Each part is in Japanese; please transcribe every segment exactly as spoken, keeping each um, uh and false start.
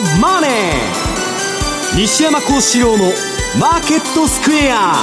マネー。西山孝四郎のマーケットスクエア。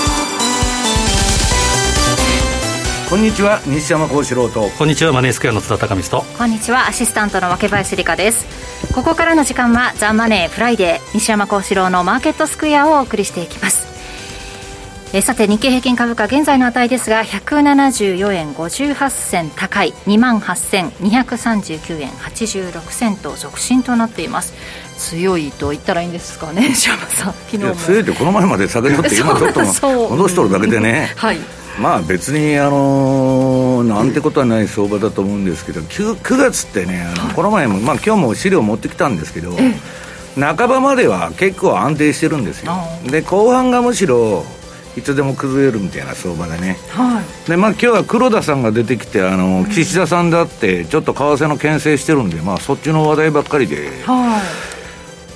こんにちは、西山孝四郎と。 こんにちは、マネースクエアの津田貴光と。 こんにちは、アシスタントの若林理香です。ここからの時間はザ・マネーフライデー、西山孝四郎のマーケットスクエアをお送りしていきます。えさて、日経平均株価現在の値ですがひゃくななじゅうよえんごじゅうはち銭高い にまんはっせんにひゃくさんじゅうきゅうえんはちじゅうろく銭と続伸となっています。強いと言ったらいいんですかね、石山さん。昨日も強いってこの前まで下げとって今ちょっと戻しとるだけでね、はい、まあ別にあのー、なんてことはない相場だと思うんですけど、 9, 9月ってね、あの、はい、この前も、まあ、今日も資料持ってきたんですけど、半ばまでは結構安定してるんですよ。で後半がむしろいつでも崩れるみたいな相場でね、はい。で、まあ、今日は黒田さんが出てきて、あの岸田さんだってちょっと為替の牽制してるんで、まあ、そっちの話題ばっかりで、はい、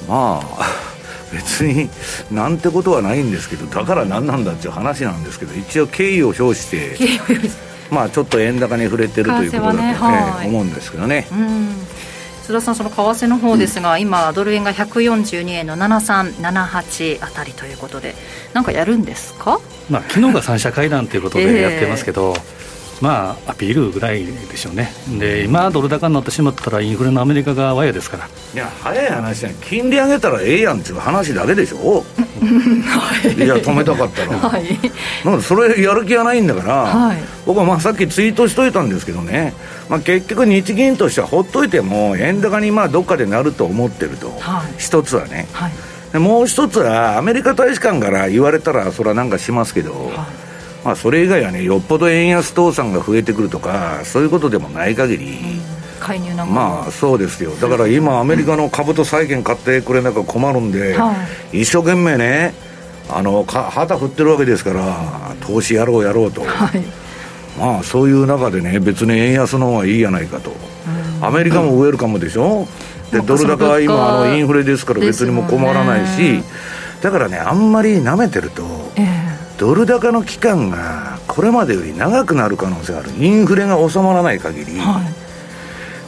まあ別になんてことはないんですけど、だから何なんだっていう話なんですけど、一応敬意を表してまあちょっと円高に触れてるということだと、ね、はい、思うんですけどね。うん、 津田さん、その為替の方ですが、うん、今ドル円がひゃくよんじゅうにえんのななさんななはちあたりということで、なんかやるんですか？ まあ、昨日が三者会談ということでやってますけど、えーまあ、アピールぐらいでしょうね。で今ドル高になってしまったらインフレのアメリカがワイヤですから。 いや早い話じゃん、金利上げたらええやんっていう話だけでしょいや止めたかったら、はい、なんかそれやる気はないんだから、はい、僕はまあさっきツイートしといたんですけどね、まあ、結局日銀としてはほっといても円高にまあどっかでなると思ってると、はい、一つはね、はい、でもう一つはアメリカ大使館から言われたらそれはなんかしますけど、はい、まあ、それ以外はね、よっぽど円安倒産が増えてくるとかそういうことでもない限り、うん、 介入なんかまあそうですよ。だから今アメリカの株と債券買ってくれなきゃ困るんで、はい、一生懸命ね、あのか旗振ってるわけですから、投資やろうやろうと、はい、まあそういう中でね、別に円安の方がいいやないかと、うん、アメリカもウェルカムでしょ、でドル高は今あのインフレですから別にも困らないし、だからね、あんまり舐めてると、えードル高の期間がこれまでより長くなる可能性がある。インフレが収まらない限り、はい、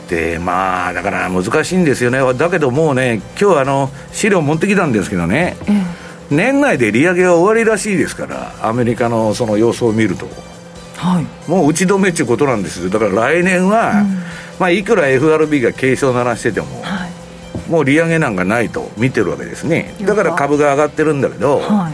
でまあだから難しいんですよね。だけどもうね、今日あの資料持ってきたんですけどね、ええ、年内で利上げは終わりらしいですから、アメリカのその様子を見ると、はい、もう打ち止めっていうことなんですよ。だから来年は、うんまあ、いくら エフアールビー が警鐘を鳴らしてても、はい、もう利上げなんかないと見てるわけですね。だから株が上がってるんだけど、はい、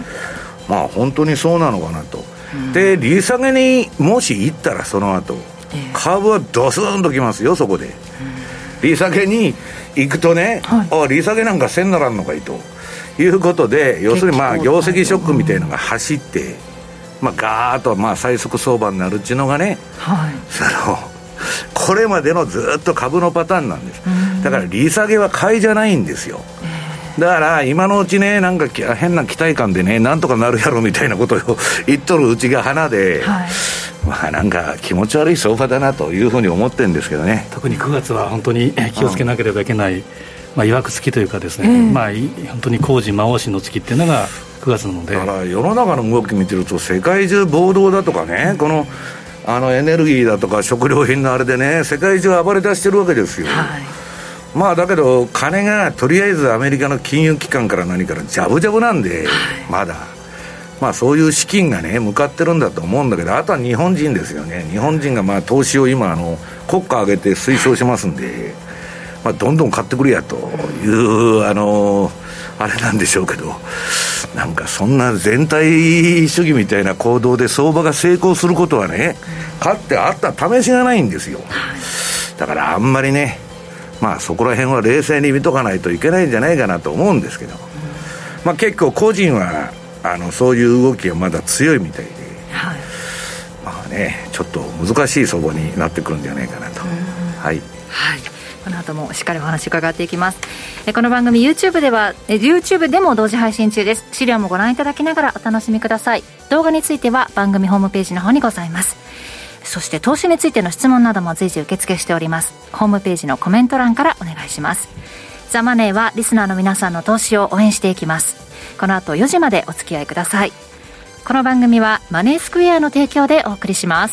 まあ本当にそうなのかなと、うん、で利下げにもし行ったらその後、えー、株はドスンときますよ。そこで、うん、利下げに行くとね、はい、あ利下げなんかせんならんのかいということで、要するにまあ業績ショックみたいなのが走って、うん、まあガーッとまあ最速相場になるっていうのがね、はい、そのこれまでのずっと株のパターンなんです。だから利下げは買いじゃないんですよ。だから今のうちね、なんか変な期待感でね、なんとかなるやろみたいなことを言っとるうちが花で、はい、まあなんか気持ち悪い相場だなというふうに思ってるんですけどね。 特にくがつは本当に気をつけなければいけない、うん、まあ、いわく月というかですね、えーまあ、本当に工事魔王子の月っていうのがくがつなので、 だから世の中の動き見てると世界中暴動だとかね、このあのエネルギーだとか食料品のあれでね、世界中暴れ出してるわけですよ、はい、まあだけど金がとりあえずアメリカの金融機関から何からジャブジャブなんで、はい、まだまあそういう資金がね向かってるんだと思うんだけど、あとは日本人ですよね。日本人がまあ投資を今あの国家上げて推奨しますんで、まあ、どんどん買ってくれやというあのあれなんでしょうけど、なんかそんな全体主義みたいな行動で相場が成功することはね、かってあった試しがないんですよ。だからあんまりね、まあそこら辺は冷静に見とかないといけないんじゃないかなと思うんですけど、まあ結構個人はあのそういう動きがまだ強いみたいで、はい、まあねちょっと難しい相場になってくるんじゃないかなと。はい、はい、 この後もしっかりお話伺っていきます。えこの番組 YouTube ではえ YouTube でも同時配信中です。資料もご覧いただきながらお楽しみください。動画については番組ホームページの方にございます。そして投資についての質問なども随時受付しております。ホームページのコメント欄からお願いします。ザ・マネーはリスナーの皆さんの投資を応援していきます。この後よじまでお付き合いください。この番組はマネースクエアの提供でお送りします。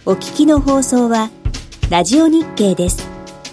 お聞きの放送はラジオ日経です。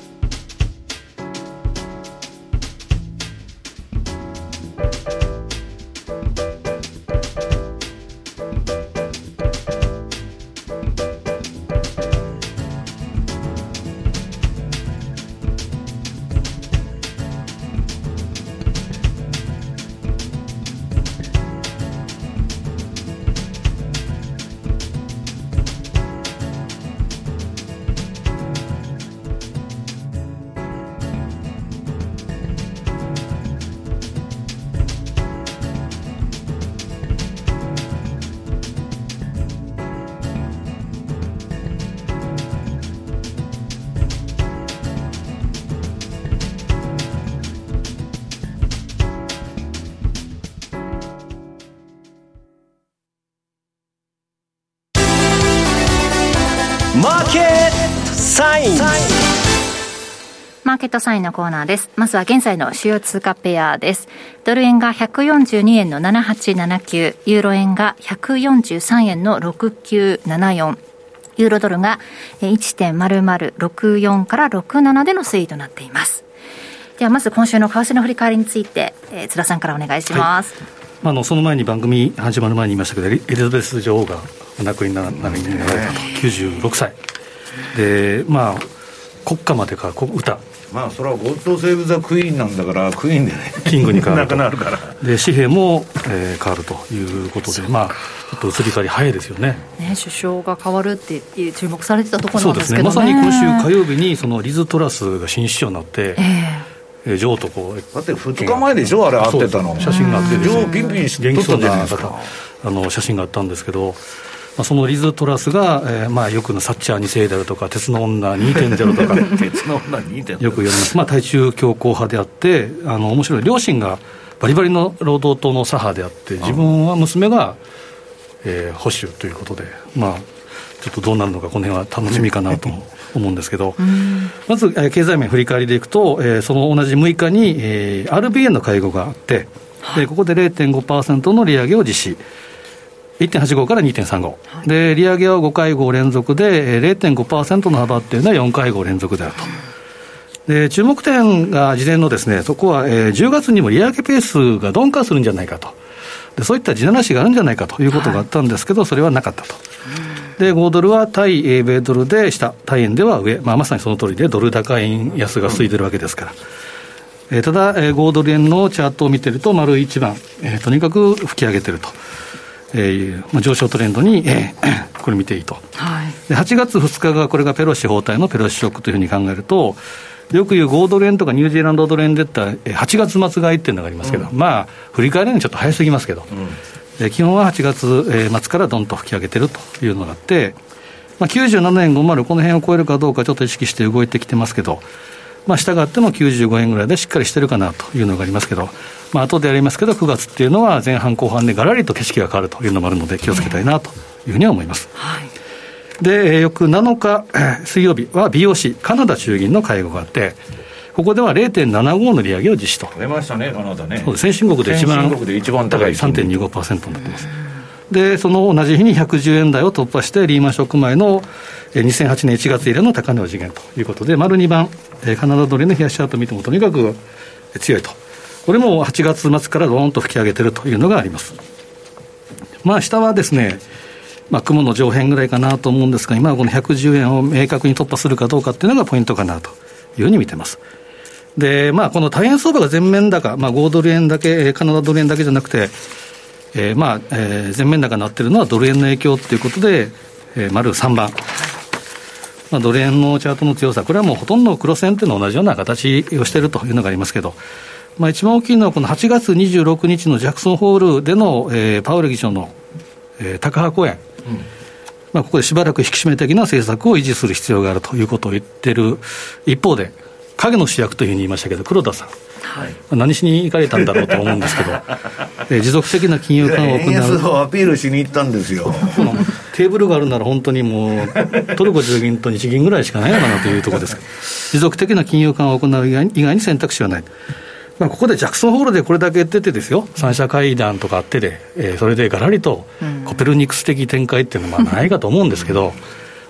マーケットサイン。 マーケットサインのコーナーです。まずは現在の主要通貨ペアです。ドル円がひゃくよんじゅうにえんのななはちななきゅう、ユーロ円がひゃくよんじゅうさんえんのろくきゅうななよん、ユーロドルが いちてんゼロゼロろくよん からろくななでの推移となっています。ではまず今週の為替の振り返りについて、えー、津田さんからお願いします。 はい、あのその前に番組始まる前に言いましたけど、エリザベス女王がお亡くなりになられたと、きゅうじゅうろくさいで、まあ国歌までか歌、 まあそれはゴッドセーブザクイーンなんだから、クイーンでねキングに変わるとなくなるから、 で紙幣も、えー、変わるということで、まあちょっと移り変わり早いですよ ね, ね首相が変わるって注目されてたところなんですけどね。 そうですね、まさに今週火曜日にそのリズ・トラスが新首相になって、えー、女王とこうだってふつかまえでしょ、あれ会ってたの、 写真があってですね、 女王ピンピンして撮ったんじゃないですか。 あの写真があったんですけど、まあ、そのリズ・トラスが、えーまあ、よくのサッチャーに世であるとか、鉄の女 にてんゼロ とか鉄の女 にてんゼロよく言われます、まあ、対中強硬派であって、あの面白い、両親がバリバリの労働党の左派であって、自分は娘が、えー、保守ということで、まあ、ちょっとどうなるのか、この辺は楽しみかなと思うんですけど、まず、えー、経済面振り返りでいくと、えー、その同じむいかに、えー、アールビーエヌ の会合があって、でここで ゼロてんごパーセント の利上げを実施、いってんはちご から にてんさんご、はい、で利上げはごかいご連続で ゼロてんごパーセント の幅っていうのはよんかいご連続であると。で注目点が事前のですね、そこは、えー、じゅうがつにも利上げペースが鈍化するんじゃないかと、でそういった地ならしがあるんじゃないかということがあったんですけど、はい、それはなかったと。でごドルは対米ドルで下、対円では上、まあ、まさにその通りでドル高円安が続いているわけですから、えー、ただ、えー、ごドル円のチャートを見てると丸いちばん、えー、とにかく吹き上げてると、えーまあ、上昇トレンドに、えー、これ見ていいと、はい、ではちがつふつかがこれがペロシ訪台のペロシショックというふうに考えると、よく言うごドル円とかニュージーランドドル円でいったらはちがつ末買いっていうのがありますけど、うん、まあ振り返るのにちょっと早すぎますけど、うん、で基本ははちがつ末からどんと吹き上げてるというのがあって、まあ、きゅうじゅうななえんごじゅうこの辺を超えるかどうかちょっと意識して動いてきてますけど、まあ、下があってもきゅうじゅうごえんぐらいでしっかりしてるかなというのがありますけど、まあ後でやりますけど、くがつっていうのは前半後半でガラリと景色が変わるというのもあるので気をつけたいなというふうには思います、はい、で翌なのか水曜日は ビーオーシー カナダ中銀の会合があって、ここでは ゼロてんななご の利上げを実施と。 出ましたね、カナダね。 そうです、先進国で一番先進国で一番高いさんてんにごパーセント になってます。でその同じ日にひゃくじゅうえん台を突破してリーマンショック前のにせんはちねんいちがつ以来の高値を実現ということで、丸にばんカナダドルの冷やしチャートを見てもとにかく強いと。これもはちがつ末からドーンと吹き上げているというのがあります。まあ下はですね、まあ、雲の上辺ぐらいかなと思うんですが、今はこのひゃくじゅうえんを明確に突破するかどうかっていうのがポイントかなというふうに見てます。でまあこの大変相場が全面高、まあ、ごドル円だけカナダドル円だけじゃなくて、えーまあえー、全面高になっているのはドル円の影響ということで、えー、丸さんばん、まあ、ドル円のチャートの強さ、これはもうほとんど黒線というのは同じような形をしているというのがありますけど、まあ、一番大きいのはこのはちがつにじゅうろくにちのジャクソンホールでの、えー、パウエル議長の、えー、タカ派講演、うんまあ、ここでしばらく引き締め的な政策を維持する必要があるということを言っている一方で、影の主役というふうに言いましたけど、黒田さん、はい、何しに行かれたんだろうと思うんですけどえ持続的な金融緩和を行う、円安をアピールしに行ったんですよテーブルがあるなら本当にもうトルコ中銀と日銀ぐらいしかないのかなというところです持続的な金融緩和を行う以外 に, 以外に選択肢はない、まあ、ここでジャクソンホールでこれだけ言っててですよ、三者会談とかあってで、えー、それでガラリとコペルニクス的展開っていうのはないかと思うんですけど、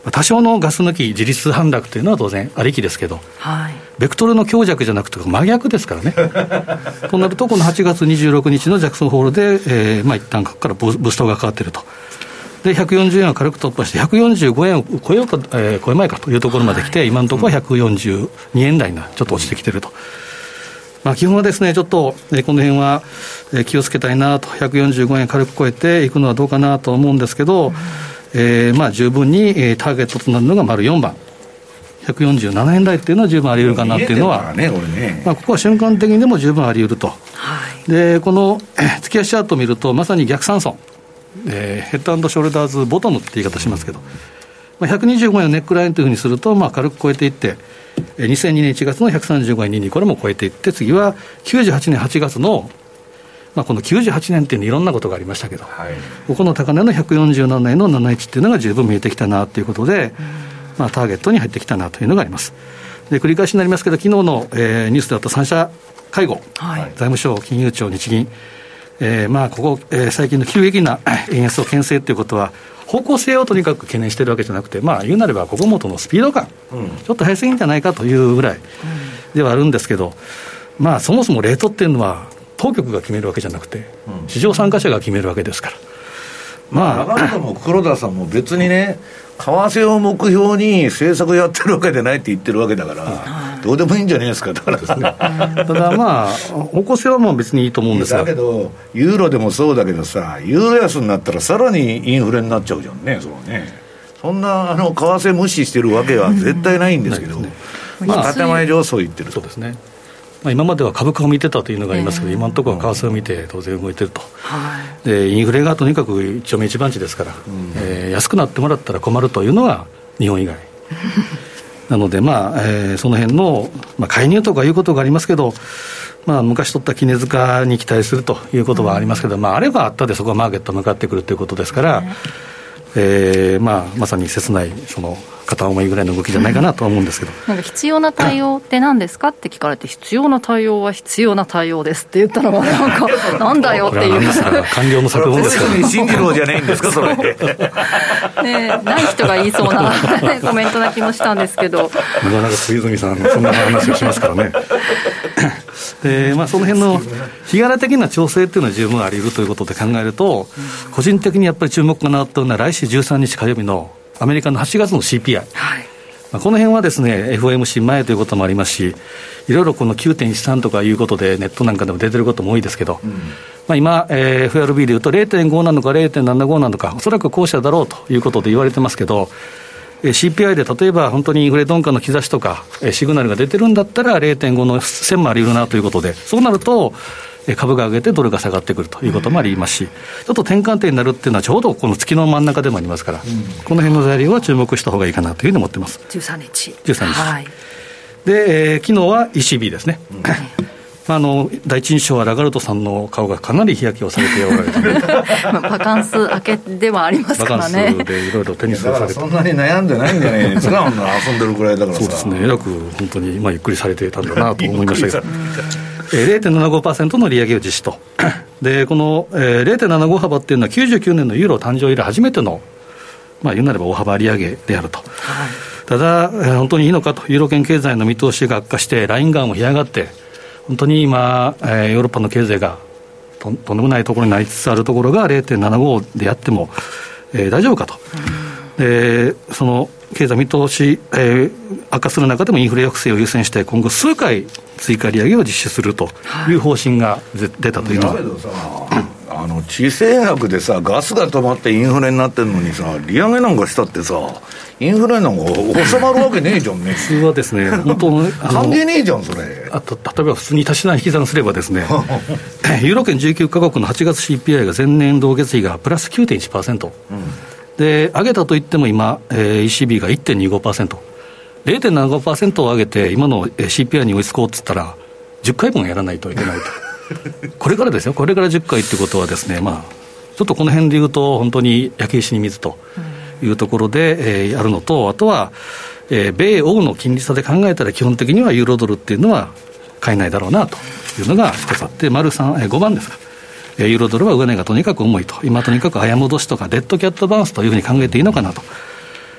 多少のガス抜き自立反落というのは当然ありきですけど、 はい、 ベクトルの強弱じゃなくて真逆ですからねとなるとこのはちがつにじゅうろくにちのジャクソンホールで、えーまあ、一旦ここからブーストがかかっていると。でひゃくよんじゅうえんを軽く突破してひゃくよんじゅうごえんを超えようか、えー、超えまいかというところまで来て、はい、今のところはひゃくよんじゅうにえん台なちょっと落ちてきていると、まあ、基本はですねちょっと、えー、この辺は、えー、気をつけたいなと、ひゃくよんじゅうごえん軽く超えていくのはどうかなと思うんですけど、うんえーまあ、十分に、えー、ターゲットとなるのが丸よんばんひゃくよんじゅうななえん台っていうのは十分あり得るかなっていうのは、ねねまあ、ここは瞬間的にでも十分あり得ると、はい、でこの、えー、月足チャートを見るとまさに逆三損、えー、ヘッド&ショルダーズボトムって言い方しますけど、まあ、ひゃくにじゅうごえんをネックラインというふうにすると、まあ、軽く超えていって、えー、にせんにねんいちがつのひゃくさんじゅうごえんにじゅうにこれも超えていって、次はきゅうじゅうはちねんはちがつのまあ、このきゅうじゅうはちねんっていうのいろんなことがありましたけど、はい、ここの高値のひゃくよんじゅうななえんのななじゅういちっていうのが十分見えてきたなということで、まあ、ターゲットに入ってきたなというのがあります。で繰り返しになりますけど、昨日の、えー、ニュースであった三者会合、はい、財務省、金融庁、日銀、えーまあ、ここ、えー、最近の急激な円安を牽制ということは方向性をとにかく懸念しているわけじゃなくて、まあ、言うなればここもとのスピード感、うん、ちょっと早すぎんじゃないかというぐらいではあるんですけど、まあ、そもそもレートっていうのは当局が決めるわけじゃなくて、うん、市場参加者が決めるわけですから、 まあ、長野も黒田さんも別にね、為替を目標に政策やってるわけでないって言ってるわけだから、うん、どうでもいいんじゃないですか。だからですねただまあ方向性はもう別にいいと思うんですが、 だけどユーロでもそうだけどさ、ユーロ安になったらさらにインフレになっちゃうじゃんね。そうね、そんなあの為替無視してるわけは絶対ないんですけど、うんねまあ、建前上そう言ってると。 そうですね、まあ、今までは株価を見てたというのがありますけど、えー、今のところは為替を見て当然動いてると、はい、でインフレがとにかく一丁目一番地ですから、うんえー、安くなってもらったら困るというのは日本以外なので、まあえー、その辺の、まあ、介入とかいうことがありますけど、まあ、昔取った杵塚に期待するということはありますけど、うんまあ、あればあったでそこはマーケット向かってくるということですから、えーまあ、まさに切ないその片思いぐらいの動きじゃないかなとは思うんですけど、 なんか必要な対応って何ですかって聞かれて、必要な対応は必要な対応ですって言ったのはなんかなんだよっていう官僚の作文ですから新次郎じゃないんですかそれね、ない人が言いそうなコメントな気もしたんですけど、 なんか小泉さんそんな話をしますからねで、まあ、その辺の日柄的な調整っていうのは十分あり得るということで考えると、うん、個人的にやっぱり注目かなというのは来週じゅうさんにち火曜日のアメリカのはちがつの シーピーアイ、はいまあ、この辺はですね エフオーエムシー 前ということもありますし、いろいろこの きゅうてんいちさん とかいうことでネットなんかでも出てることも多いですけど、うんまあ、今、えー、エフアールビー でいうと れいてんご なのか れいてんななご なのか、おそらく後者だろうということで言われてますけど、えー、シーピーアイ で例えば本当にインフレ鈍化の兆しとか、えー、シグナルが出てるんだったら れいてんご の線もあり得るなということで、そうなると株が上げてドルが下がってくるということもありますし、ちょっと転換点になるっていうのはちょうどこの月の真ん中でもありますから、うん、この辺の材料は注目した方がいいかなというふうに思ってます。 じゅうさんにちじゅうさんにち、はい、で、えー、昨日は イーシービー ですね、うんあの第一印象はラガルドさんの顔がかなり日焼けをされておられたまあバカンス明けではありますからね。 バカンスでいろいろテニスをされて、 そんなに悩んでないんじゃないですか遊んでるくらいだからさ。 そうですね、えらく本当に、まあ、ゆっくりされていたんだなと思いましたけどえー、れいてんななごパーセント の利上げを実施とでこの、えー、れいてんななご 幅っていうのはきゅうじゅうきゅうねんのユーロ誕生以来初めての、まあ、言うなれば大幅利上げであると、はい、ただ、えー、本当にいいのかと、ユーロ圏経済の見通しが悪化してライン川も干上がって本当に今、えー、ヨーロッパの経済が と, とんでもないところになりつつあるところが れいてんななご でやっても、えー、大丈夫かと、うん、でその経済見通し、えー、悪化する中でもインフレ抑制を優先して今後数回追加利上げを実施するという方針が出たというのは、 だけどさ、あの地政学でさガスが止まってインフレになってるのにさ、利上げなんかしたってさインフレなんか収まるわけねえじゃんね普通はですね本当関係ねえじゃんそれ。 あと例えば普通に足し算引き算すればですねユーロ圏じゅうきゅうカ国のはちがつ シーピーアイ が前年同月比がプラス きゅうてんいちパーセント、うんで上げたといっても今、えー、イーシービー が いってんにごパーセント、れいてんななごパーセント を上げて今の シーピーアイ に追いつこうといったらじゅっかいぶんやらないといけないとこれからですよ、これからじゅっかいってことはですね、まあ、ちょっとこの辺でいうと本当に焼け石に水というところで、えー、やるのと、あとは、えー、米欧の金利差で考えたら基本的にはユーロドルっていうのは買えないだろうなというのが一つあって、丸さん、えー、ごばんですか、ユーロドルは上値がとにかく重いと、今とにかく早戻しとかデッドキャットバウンスというふうに考えていいのかなと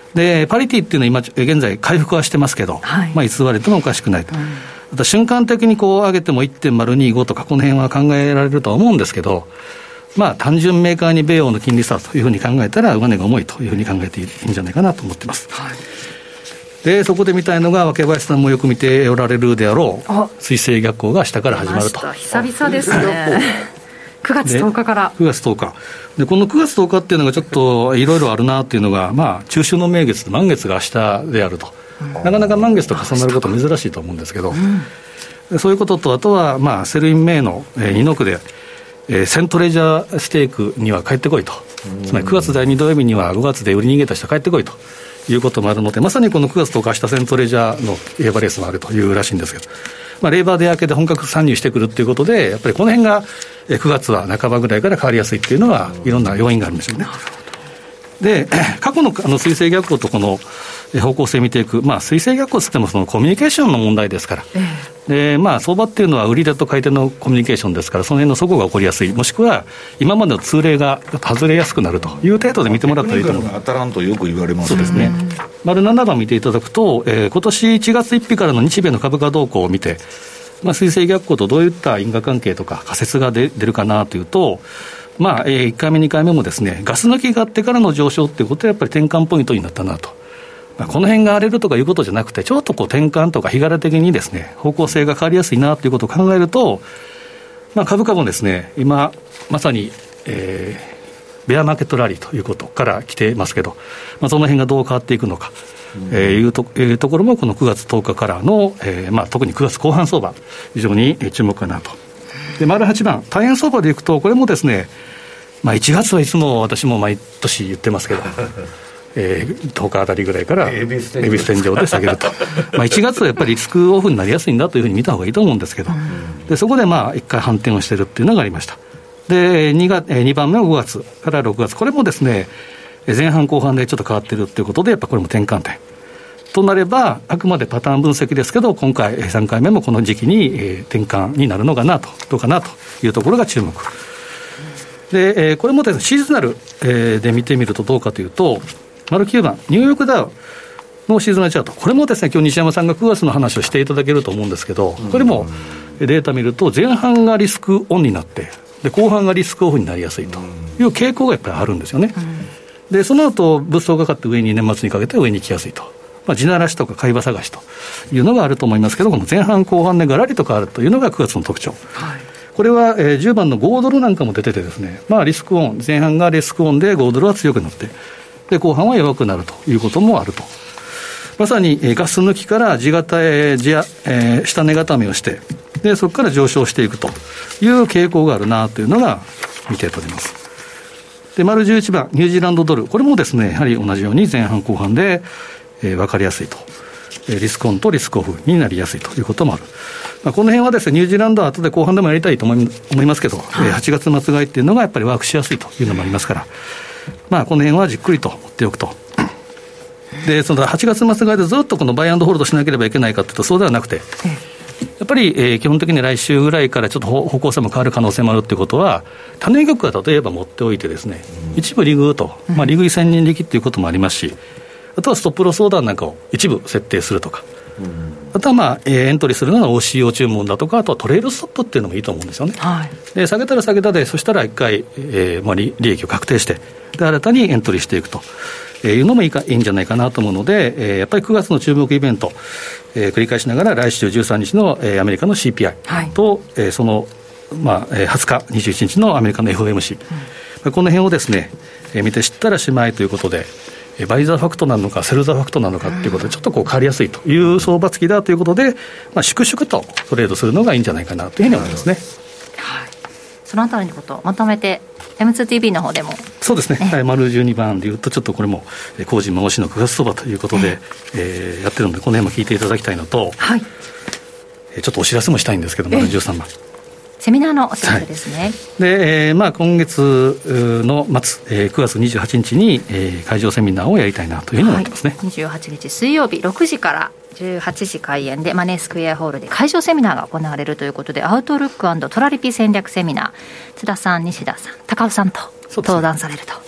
でパリティっていうのは今現在回復はしてますけど、はい、まあ、いつ割れてもおかしくないと、うん、また瞬間的にこう上げても いってんまるにご とかこの辺は考えられるとは思うんですけど、まあ、単純メーカーに米欧の金利差というふうに考えたら上値が重いというふうに考えていいんじゃないかなと思っています、はい、でそこで見たいのが若林さんもよく見ておられるであろう水星逆行が下から始まると。 久々ですねくがつとおかからくがつとおかで、このくがつとおかっていうのがちょっといろいろあるなっていうのが、まあ、中秋の名月と満月が明日であると、うん、なかなか満月と重なること珍しいと思うんですけど、うん、そういうことと、あとは、まあ、セルインメイの、えー、にのくで、えー、セントレジャーステークには帰ってこいと、うん、つまりくがつだいに土曜日にはごがつで売り逃げた人は帰ってこいということもあるので、まさにこのくがつとおか明日セントレジャーのレーバーレースもあるというらしいんですけど、まあ、レーバーデー明けで本格参入してくるということで、やっぱりこの辺がくがつは半ばぐらいから変わりやすいっていうのは、いろんな要因があるんですよね。で、過去のあの水星逆行とこの方向性を見ていく、まあ、水星逆行といってもそのコミュニケーションの問題ですから、で、まあ、相場っていうのは売り手と買い手のコミュニケーションですから、その辺の齟齬が起こりやすい、もしくは今までの通例が外れやすくなるという程度で見てもらったらいいと思う。 当たらんとよく言われますね。 そうですね。丸ななばん見ていただくと、えー、今年いちがつついたちからの日米の株価動向を見て、まあ、水星逆行とどういった因果関係とか仮説が出るかなというと、まあえー、いっかいめにかいめもですね、ガス抜きがあってからの上昇ということはやっぱり転換ポイントになったなと、まあ、この辺が荒れるとかいうことじゃなくて、ちょっとこう転換とか日柄的にですね方向性が変わりやすいなということを考えると、まあ、株価もですね今まさに、えー、ベアマーケットラリーということから来てますけど、まあ、その辺がどう変わっていくのか、えー、いうと、えー、ところもこのくがつとおかからの、えーまあ、特にくがつこう半相場非常に注目かなと。で丸はちばん大変相場でいくと、これもですね、まあ、いちがつはいつも私も毎年言ってますけどえー、とおかあたりぐらいから恵比寿天井で下げるとまあいちがつはやっぱりリスクオフになりやすいんだというふうに見た方がいいと思うんですけど、でそこでまあいっかい反転をしているっていうのがありました。で 2, がにばんめはごがつからろくがつ、これもですね前半後半でちょっと変わっているということで、やっぱこれも転換点となれば、あくまでパターン分析ですけど、今回さんかいめもこの時期に、えー、転換になるのかなと、どうかなというところが注目で、えー、これもですねシーズナル、えー、で見てみるとどうかというと、丸きゅうばんニューヨークダウのシーズナルチャート、これもですね今日西山さんがくがつの話をしていただけると思うんですけど、これもデータ見ると前半がリスクオンになってで後半がリスクオフになりやすいという傾向がやっぱりあるんですよね。でその後物騒がかって上に年末にかけて上に来やすいと、まあ、地ならしとか買い場探しというのがあると思いますけど、この前半後半でガラリと変わるというのがくがつの特徴、はい、これは、えー、じゅうばんのごドルなんかも出ててですね、まあ、リスクオン、前半がリスクオンでごドルは強くなってで後半は弱くなるということもあると。まさに、えー、ガス抜きから地型、えー地やえー、下値固めをしてでそこから上昇していくという傾向があるなというのが見て取れます。で丸じゅういちばんニュージーランドドル、これもですねやはり同じように前半後半で、えー、分かりやすいと、えー、リスクオンとリスクオフになりやすいということもある。まあ、この辺はですねニュージーランドは後で後半でもやりたいと思い、思いますけど、はい、はちがつ末買いっていうのがやっぱりワークしやすいというのもありますから、まあ、この辺はじっくりと持っておくと。でそのはちがつ末買いでずっとこのバイアンドホールドしなければいけないかというとそうではなくて、やっぱり、えー、基本的に来週ぐらいからちょっと方向性も変わる可能性もあるということは、種玉は例えば持っておいてですね、うん、一部利食うと、まあ、利食い専任力ということもありますし、あとはストップロスオーダーなんかを一部設定するとか、うん、あとは、まあえー、エントリーするのが オーシーオー 注文だとか、あとはトレールストップっていうのもいいと思うんですよね、はい、で下げたら下げたで、そしたらいっかい、えーまあ、利, 利益を確定してで新たにエントリーしていくというのもいいかいいんじゃないかなと思うので、えー、やっぱりくがつの注目イベント、えー、繰り返しながら来週じゅうさんにちの、えー、アメリカの シーピーアイ と、はいえー、その、まあえー、はつかにじゅういちにちのアメリカの エフオーエムシー、うん、この辺をですね、えー、見て知ったらしまいということで、えー、バイザーファクトなのかセルザーファクトなのかということでちょっとこう変わりやすいという相場付きだということで、まあ、粛々とトレードするのがいいんじゃないかなというふうに思いますね、 はい、そのあたりのことをまとめて エムツーティービー の方でもそうですね、はい、丸じゅうにばんでいうとちょっとこれも工事回しのくがつ相場ということで、えー、やってるのでこの辺も聞いていただきたいのと、はい、えー、ちょっとお知らせもしたいんですけど丸じゅうさんばんセミナーのお知らせですね、はい、 で、えーまあ、今月の末、えー、くがつにじゅうはちにちに、えー、会場セミナーをやりたいなというふうに思ってますね、はい、 にじゅうはちにち水曜日ろくじからじゅうはちじ開演でマネースクエアホールで会場セミナーが行われるということで、アウトルック&トラリピ戦略セミナー、津田さん、西田さん、高尾さんと登壇されると、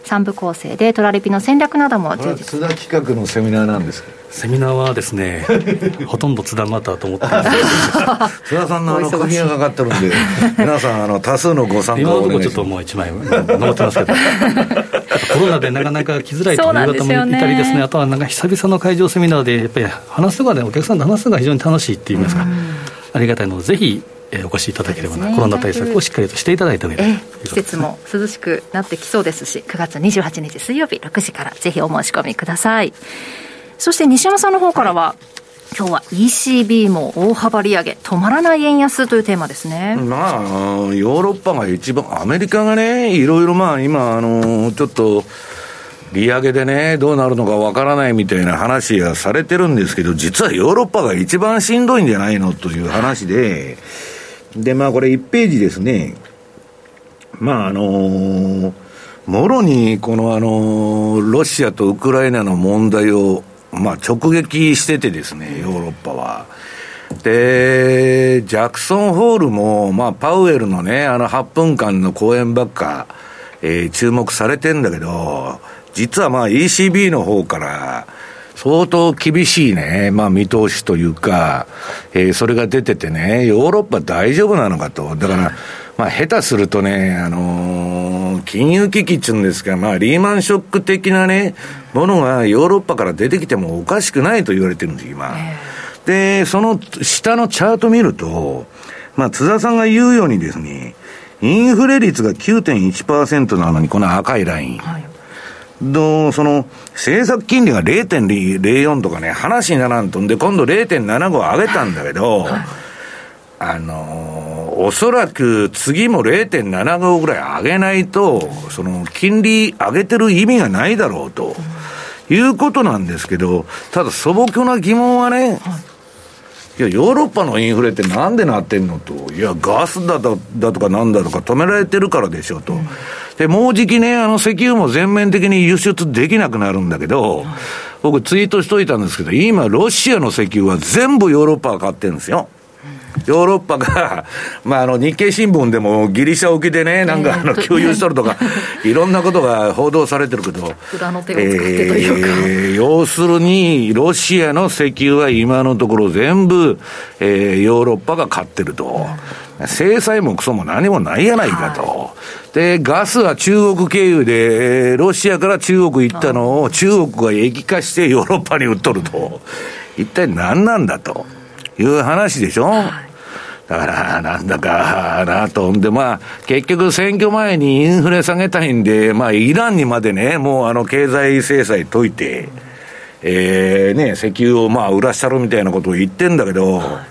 さん部構成でトラリピの戦略なども充実。 津田企画のセミナーなんですか？ セミナーはですねほとんど津田になったと思ってます津田さんのあの釘がかかってるんで皆さんあの多数のご参加をお願いします。 今のところちょっともういちまい残ってますけどコロナでなかなか来づらいという方もいたりですね、あとはなんか久々の会場セミナーでやっぱり話すのがね、お客さんと話すのが非常に楽しいって言いますか、ありがたいのでぜひえー、お越しいただければな、ね、コロナ対策をしっかりとしていただいた上で、えー、季節も涼しくなってきそうですし、くがつにじゅうはちにち水曜日ろくじからぜひお申し込みください。そして西山さんの方からは、今日は イーシービー も大幅利上げ止まらない円安というテーマですね。 まあヨーロッパが一番、アメリカがねいろいろまあ今あのちょっと利上げでねどうなるのかわからないみたいな話がされてるんですけど、実はヨーロッパが一番しんどいんじゃないのという話で、でまあこれいちページですね。まああのー、もろにこのあのー、ロシアとウクライナの問題をまあ直撃しててですね、ヨーロッパは。でジャクソンホールもまあパウエルのねあのはっぷんかんの講演ばっか、えー、注目されてんだけど、実はまあ イーシービー の方から相当厳しいね、まあ見通しというか、えー、それが出ててね、ヨーロッパ大丈夫なのかと。だから、まあ下手するとね、あのー、金融危機っていうんですか、まあリーマンショック的なね、ものがヨーロッパから出てきてもおかしくないと言われてるんです、今。で、その下のチャート見ると、まあ津田さんが言うようにですね、インフレ率が きゅうてんいちパーセント なのに、この赤いライン。はい、どその政策金利が れいてんぜろよん とかね、話にならんとんで、今度 れいてんななご 上げたんだけど、あのー、おそらく次も れいてんななご ぐらい上げないと、その金利上げてる意味がないだろうということなんですけど、ただ素朴な疑問はね、いやヨーロッパのインフレってなんでなってんのと、いやガスだとだとかなんだとか止められてるからでしょと、うん、でもうじきねあの石油も全面的に輸出できなくなるんだけど、僕ツイートしといたんですけど、今ロシアの石油は全部ヨーロッパが買ってるんですよ。ヨーロッパが、まあ、あの日経新聞でもギリシャ沖でねなんかあの給油しとるとかいろんなことが報道されてるけど、 裏の手を使ってというか、 えー、要するにロシアの石油は今のところ全部、えー、ヨーロッパが買ってると、制裁もクソも何もないやないかと、はい、でガスは中国経由でロシアから中国行ったのを中国が液化してヨーロッパに売っとると、一体何なんだという話でしょ、はい、だからなんだかなと。んでまあ結局選挙前にインフレ下げたいんで、まあイランにまでねもうあの経済制裁解いて、えーね石油をまあ売らしたるみたいなことを言ってんだけど、はい、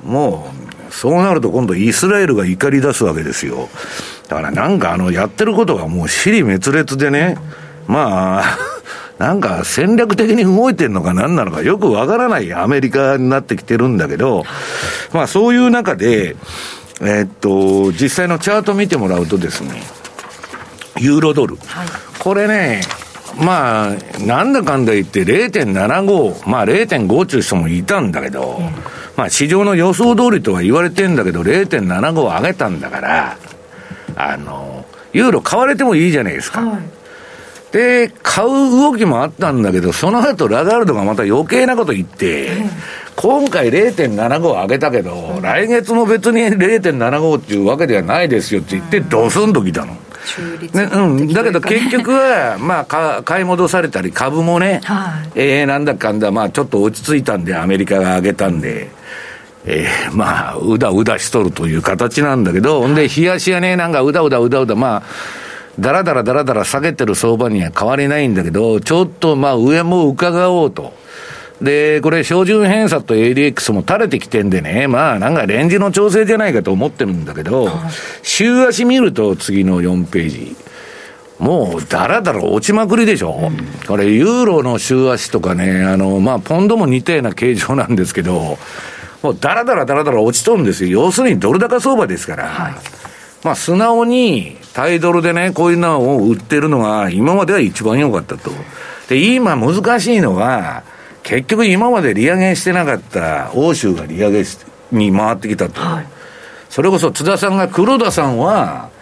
もうそうなると今度イスラエルが怒り出すわけですよ。だからなんかあのやってることがもう支離滅裂でね、まあなんか戦略的に動いてるのか何なのかよくわからないアメリカになってきてるんだけど、まあそういう中で、えー、っと、実際のチャート見てもらうとですね、ユーロドル。はい、これね、まあ、なんだかんだ言って れいてんななご、まあ れいてんご っていう人もいたんだけど、うん、まあ市場の予想通りとは言われてんだけど れいてんななご を上げたんだから、あの、ユーロ買われてもいいじゃないですか。はい、で買う動きもあったんだけど、その後ラガールドがまた余計なこと言って、うん、今回 れいてんななご 上げたけど、うん、来月も別に れいてんななご っていうわけではないですよって言ってドスンときたの、ね、うん、だけど結局はまあ買い戻されたり株もね、はい、えー、なんだかんだまあちょっと落ち着いたんでアメリカが上げたんで、えー、まあうだうだしとるという形なんだけど、ほんで冷やしはねなんかうだうだうだうだまあだらだらだらだら下げてる相場には変わりないんだけど、ちょっとまあ上も伺おうと。で、これ標準偏差と エーディーエックス も垂れてきてんでね、まあなんかレンジの調整じゃないかと思ってるんだけど、週足見ると次のよんページ。もうだらだら落ちまくりでしょ、うん、これユーロの週足とかね、あのまあポンドも似たような形状なんですけど、もうだらだらだらだら落ちとるんですよ。要するにドル高相場ですから、はい、まあ素直に対ドルでねこういうのを売ってるのが今までは一番良かったと。で今難しいのは結局今まで利上げしてなかった欧州が利上げに回ってきたと、はい、それこそ津田さんが黒田さんは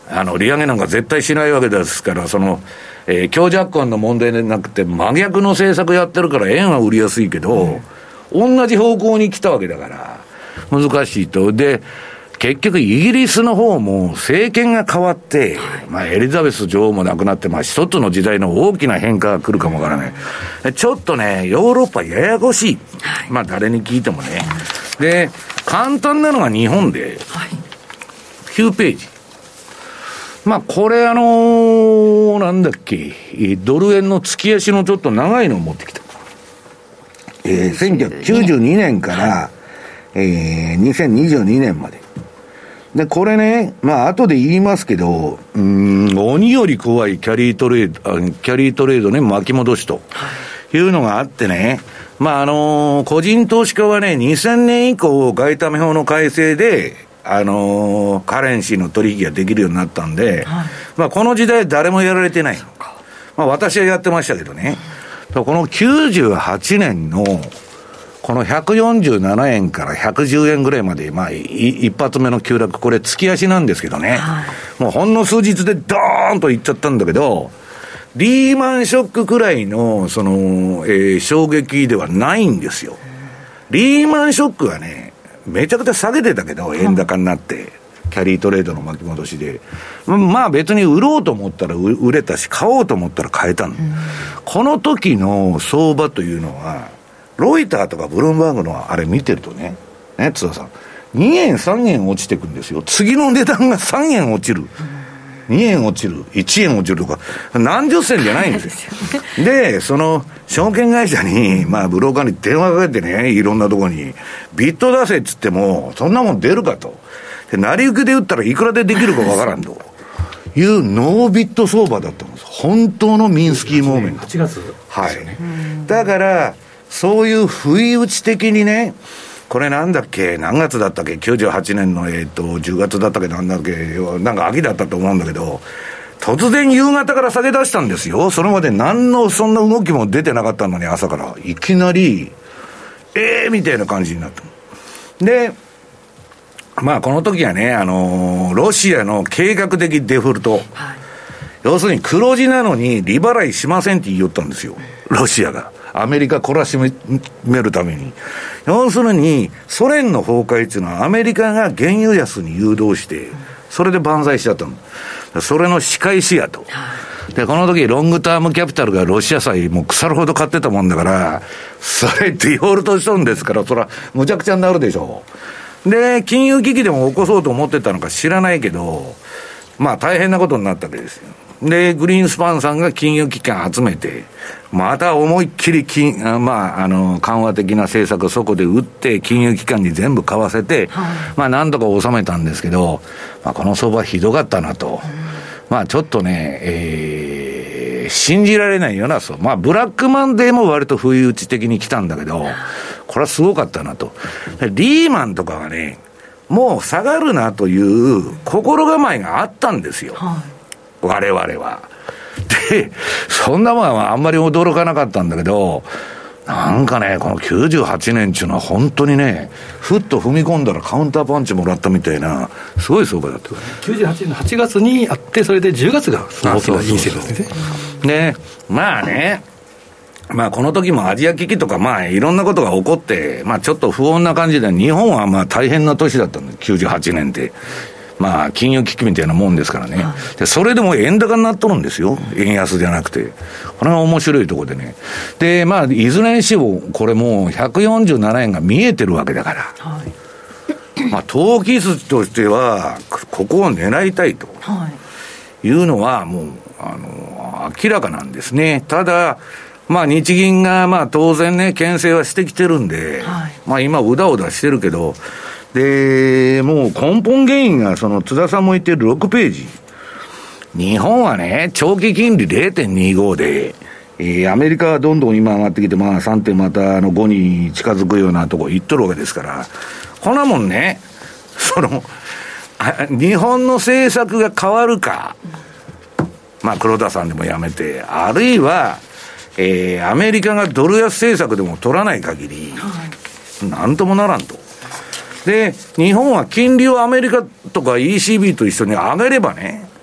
あの利上げなんか絶対しないわけですから、その、えー、強弱感の問題でなくて真逆の政策やってるから円は売りやすいけど、うん、同じ方向に来たわけだから難しいと。で結局イギリスの方も政権が変わって、まあ、エリザベス女王も亡くなって、まあ、一つの時代の大きな変化が来るかもわからない。ちょっとねヨーロッパややこしい、まあ誰に聞いてもね。で簡単なのが日本できゅうページ、まあこれあのー、なんだっけ、ドル円の月足のちょっと長いのを持ってきた、えー、せんきゅうひゃくきゅうじゅうにねんから、えー、にせんにじゅうにねんまでで、これね、まあ後で言いますけど、うーん、鬼より怖いキャリートレード、キャリートレードね、巻き戻しというのがあってね、まああのー、個人投資家はね、にせんねん以降、外為法の改正で、あのー、カレンシーの取引ができるようになったんで、はい、まあこの時代誰もやられてない。まあ私はやってましたけどね、このきゅうじゅうはちねんのこのひゃくよんじゅうななえんからひゃくじゅうえんぐらいまで、まあ、一発目の急落、これ月足なんですけどね、はい、もうほんの数日でドーンといっちゃったんだけど、リーマンショックくらいの、その、えー、衝撃ではないんですよ。リーマンショックはね、めちゃくちゃ下げてたけど、円高になって、キャリートレードの巻き戻しで。まあ別に売ろうと思ったら売れたし、買おうと思ったら買えたの。この時の相場というのは、ロイターとかブルームバーグのあれ見てるとね、ね、津田さん、にえんさんえん落ちてくんですよ。次の値段がさんえん落ちる、にえん落ちる、いちえん落ちるとか何十銭じゃないんですよ。でその証券会社に、まあ、ブローカーに電話かけてね、いろんなところにビット出せっつってもそんなもん出るかと。で成り行きで打ったらいくらでできるかわからんというノービット相場だったんです。本当のミンスキーモーメント、 はちがつ、 はい、だからそういう不意打ち的にね、これなんだっけ、何月だったっけ、きゅうじゅうはちねんの、えー、とじゅうがつだったっけ、なんだっけ、なんか秋だったと思うんだけど、突然夕方から下げ出したんですよ。それまで何のそんな動きも出てなかったのに、朝からいきなりえーみたいな感じになった。でまあこの時はね、あのー、ロシアの計画的デフォルト、はい、要するに黒字なのに利払いしませんって言いよったんですよ、ロシアが。アメリカ懲らしめるために。要するにソ連の崩壊っていうのはアメリカが原油安に誘導してそれで万歳しちゃったの。それの仕返しやと。でこの時ロングタームキャピタルがロシア債もう腐るほど買ってたもんだから、それデフォルトしとんですから、それはむちゃくちゃになるでしょう。で金融危機でも起こそうと思ってたのか知らないけど、まあ大変なことになったわけですよ。でグリーンスパンさんが金融機関集めて、また思いっきり金、まあ、あの緩和的な政策をそこで打って金融機関に全部買わせて、はい、まあなんとか収めたんですけど、まあ、この相場ひどかったなと、まあちょっとね、えー、信じられないような、そう、まあブラックマンデーも割と不意打ち的に来たんだけど、これはすごかったなと。リーマンとかはね、もう下がるなという心構えがあったんですよ、はい、我々は。でそんなもんはあんまり驚かなかったんだけど、なんかね、このきゅうじゅうはちねんっていうのは本当にね、ふっと踏み込んだらカウンターパンチもらったみたいな、すごい相場だった。 きゅうじゅうはちねんのはちがつにあって、それでじゅうがつが大きな陰線ですね。 でまあね、まあこの時もアジア危機とか、まあいろんなことが起こって、まあちょっと不穏な感じで、日本はまあ大変な年だったんです、きゅうじゅうはちねんって。まあ金融危機みたいなもんですからね、はい、でそれでも円高になっとるんですよ、円安じゃなくて。これが面白いところでね。でまあいずれにしてもこれもうひゃくよんじゅうななえんが見えてるわけだから、はい、まあ投機筋としてはここを狙いたいというのはもうあの明らかなんですね。ただまあ日銀がまあ当然ね牽制はしてきてるんで、はい、まあ今うだうだしてるけど、でもう根本原因がその津田さんも言ってるろくページ、日本はね長期金利 れいてんにご で、えー、アメリカはどんどん今上がってきて、まあさんてんまたあのごに近づくようなとこ行っとるわけですから、こんなもんね、その日本の政策が変わるか、まあ黒田さんでもやめて、あるいは、えー、アメリカがドル安政策でも取らない限り、はい、なんともならんと。で日本は金利をアメリカとか イーシービー と一緒に上げればね、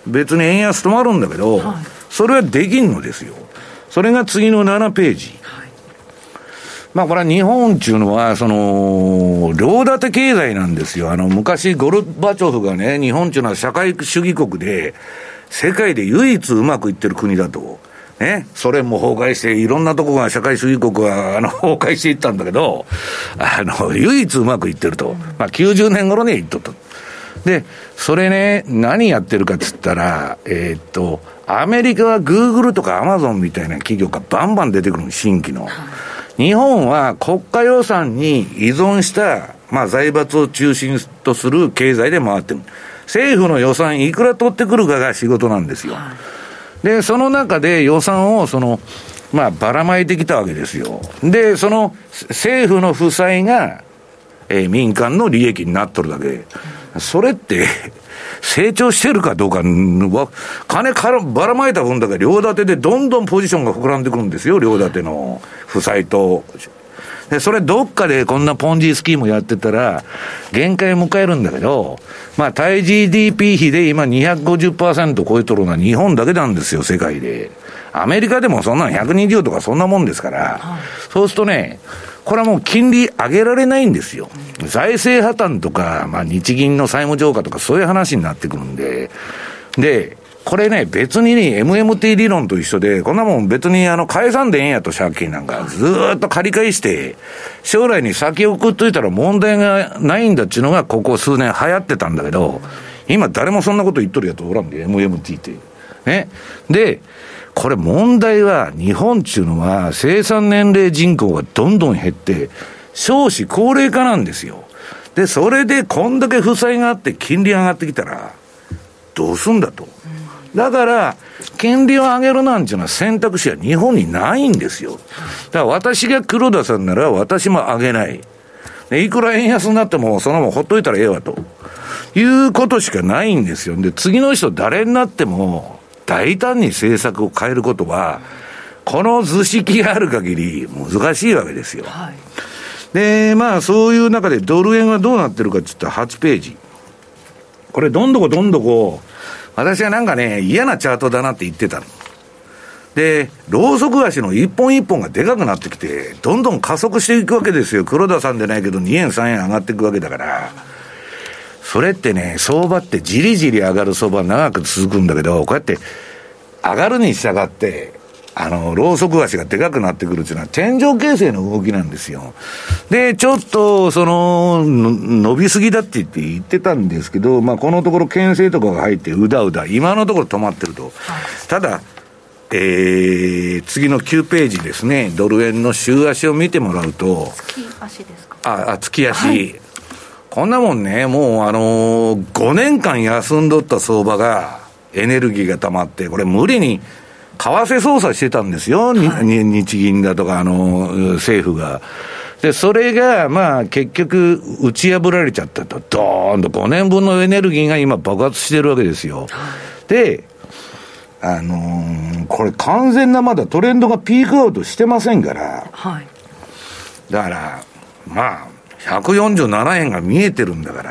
別に円安止まるんだけど、はい、それはできんのですよ。それが次のななページ。はい、まあこれは日本っていうのは、その、両立て経済なんですよ。あの、昔ゴルバチョフがね、日本っていうのは社会主義国で、世界で唯一うまくいってる国だと。ね、ソ連も崩壊して、いろんなとこが社会主義国が、あの、崩壊していったんだけど、あの、唯一うまくいってると。まあきゅうじゅうねん頃には言っとった。で、それね、何やってるかっつったら、えー、っと、アメリカはグーグルとかアマゾンみたいな企業がバンバン出てくるの、新規の。日本は国家予算に依存した、まあ財閥を中心とする経済で回ってる。政府の予算いくら取ってくるかが仕事なんですよ。で、その中で予算をその、まあばらまいてきたわけですよ。で、その政府の負債が、えー、民間の利益になっとるだけ。それって、成長してるかどうか、金からばらまいた分だけ両立てでどんどんポジションが膨らんでくるんですよ、両立ての負債と。で、それどっかでこんなポンジスキームやってたら、限界を迎えるんだけど、まあ対 ジーディーピー 比で今 にひゃくごじゅっパーセント 超えとるのは日本だけなんですよ、世界で。アメリカでもそんなのひゃくにじゅうとかそんなもんですから、はい、そうするとね、これはもう金利上げられないんですよ。財政破綻とか、まあ日銀の債務超過とかそういう話になってくるんで、で、これね、別にね、エムエムティー 理論と一緒で、こんなもん別にあの、返さんでええんやと借金なんか、ずーっと借り返して、将来に先送っといたら問題がないんだっていうのが、ここ数年流行ってたんだけど、今誰もそんなこと言っとるやつおらんで、エムエムティー って。ね。で、これ問題は、日本っていうのは、生産年齢人口がどんどん減って、少子高齢化なんですよ。で、それでこんだけ負債があって金利上がってきたら、どうすんだと。だから、金利を上げるなんていうのは選択肢は日本にないんですよ。だから私が黒田さんなら私も上げない。いくら円安になってもそのままほっといたらええわと。いうことしかないんですよ。で、次の人誰になっても大胆に政策を変えることは、この図式がある限り難しいわけですよ。はい、で、まあそういう中でドル円はどうなってるかって言ったらはちページ。これどんどこどんどこ、私はなんかね、嫌なチャートだなって言ってたの。で、ロウソク足の一本一本がでかくなってきて、どんどん加速していくわけですよ。黒田さんでないけどにえんさんえん上がっていくわけだから。それってね、相場ってじりじり上がる相場長く続くんだけど、こうやって上がるに従って、あの、ロウソク足がでかくなってくるっていうのは天井形成の動きなんですよ。で、ちょっと、その、伸びすぎだって言って言ってたんですけど、まあ、このところ牽制とかが入ってうだうだ、今のところ止まってると。ただ、えー、次のきゅうページですね、ドル円の週足を見てもらうと。 月足ですか？ あ、あ月足。はい、こんなもんね、もうあのー、ごねんかん休んどった相場が、エネルギーが溜まって、これ無理に、為替操作してたんですよ、はい、日銀だとか、あの、政府が。で、それが、まあ、結局、打ち破られちゃったと、ドーンとごねんぶんのエネルギーが今爆発してるわけですよ。で、あのー、これ完全なまだトレンドがピークアウトしてませんから、はい、だから、まあ、ひゃくよんじゅうななえんが見えてるんだから、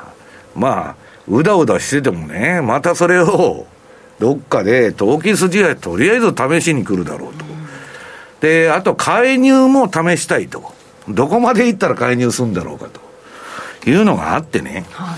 まあ、うだうだしててもね、またそれを、どっかで投機筋はとりあえず試しに来るだろうと。で、あと介入も試したいと。どこまで行ったら介入するんだろうかというのがあってね。はい、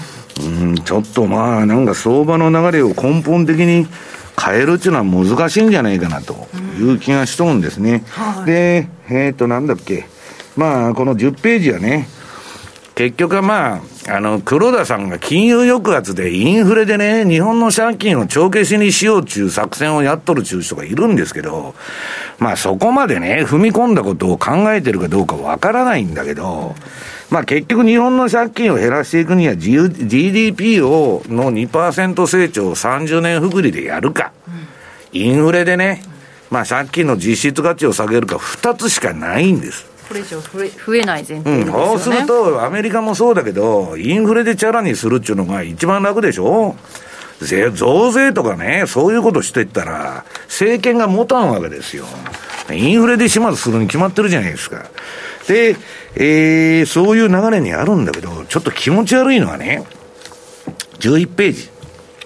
うん、ちょっとまあなんか相場の流れを根本的に変えるっていうのは難しいんじゃないかなという気がしとるんですね。はい、で、えっとなんだっけ。まあこのじゅっページはね、結局はまあ、あの、黒田さんが金融抑圧でインフレでね、日本の借金を帳消しにしようっていう作戦をやっとるっていう人がいるんですけど、まあそこまでね、踏み込んだことを考えてるかどうかわからないんだけど、まあ結局日本の借金を減らしていくには ジーディーピー をの にパーセント 成長をさんじゅうねん複利でやるか、インフレでね、まあ借金の実質価値を下げるかふたつしかないんです。 これ以上増え、増えない前提ですよね。うん、 そうするとアメリカもそうだけどインフレでチャラにするっていうのが一番楽でしょ。増税とかね、そういうことしていったら政権が持たんわけですよ。インフレで始末するに決まってるじゃないですか。で、えー、そういう流れにあるんだけど、ちょっと気持ち悪いのはね、じゅういちページ。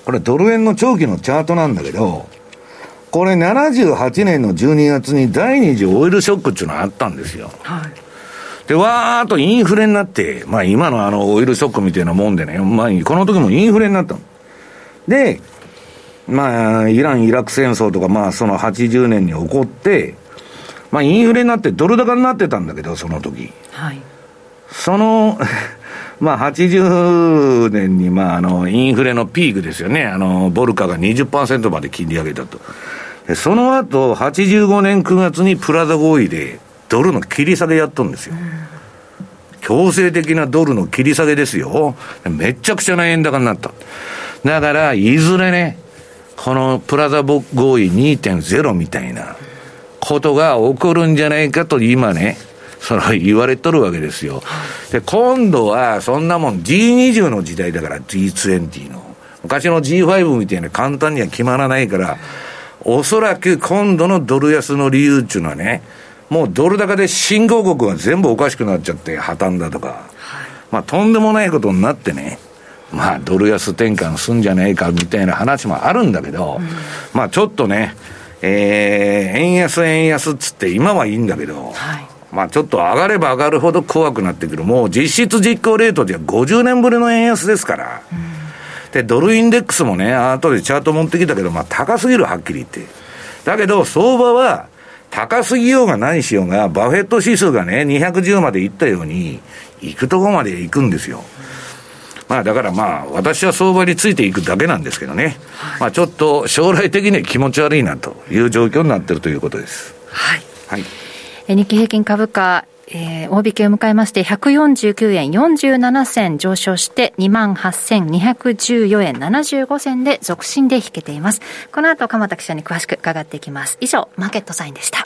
これドル円の長期のチャートなんだけど、これななじゅうはちねんのじゅうにがつに第二次オイルショックっていうのがあったんですよ。はい。で、わーっとインフレになって、まあ今のあのオイルショックみたいなもんでね、まあこの時もインフレになったの。で、まあイラン・イラク戦争とかまあそのはちじゅうねんに起こって、まあインフレになってドル高になってたんだけど、その時。はい。その、まあはちじゅうねんにまああのインフレのピークですよね。あの、ボルカが にじゅっパーセント まで金利上げたと。その後、はちじゅうごねんくがつにプラザ合意でドルの切り下げやっとるんですよ。強制的なドルの切り下げですよ。めちゃくちゃな円高になった。だから、いずれね、このプラザ合意 にてんゼロ みたいなことが起こるんじゃないかと今ね、その言われとるわけですよ。で、今度はそんなもん ジーにじゅう の時代だから ジーにじゅう の。昔の ジーファイブ みたいな簡単には決まらないから、おそらく今度のドル安の理由っていうのはね、もうドル高で新興国が全部おかしくなっちゃって破綻だとか、はい、まあとんでもないことになってね、まあドル安転換すんじゃないかみたいな話もあるんだけど、うん、まあちょっとね、えー、円安円安っつって今はいいんだけど、はい、まあちょっと上がれば上がるほど怖くなってくる。もう実質実行レートではごじゅうねんぶりの円安ですから、うんで、ドルインデックスもね、後でチャート持ってきたけど、まあ高すぎる、はっきり言って。だけど、相場は、高すぎようが何しようが、バフェット指数がね、にひゃくじゅうまで行ったように、行くとこまで行くんですよ。まあだからまあ、私は相場についていくだけなんですけどね。はい、まあちょっと将来的には気持ち悪いなという状況になっているということです。 はい。はい。え日経平均株価、えー、大引けを迎えましてひゃくよんじゅうきゅうえんよんじゅうななせん上昇して にまんはっせんにひゃくじゅうよえんななじゅうごせんで続伸で引けています。この後鎌田記者に詳しく伺っていきます。以上マーケットサインでした。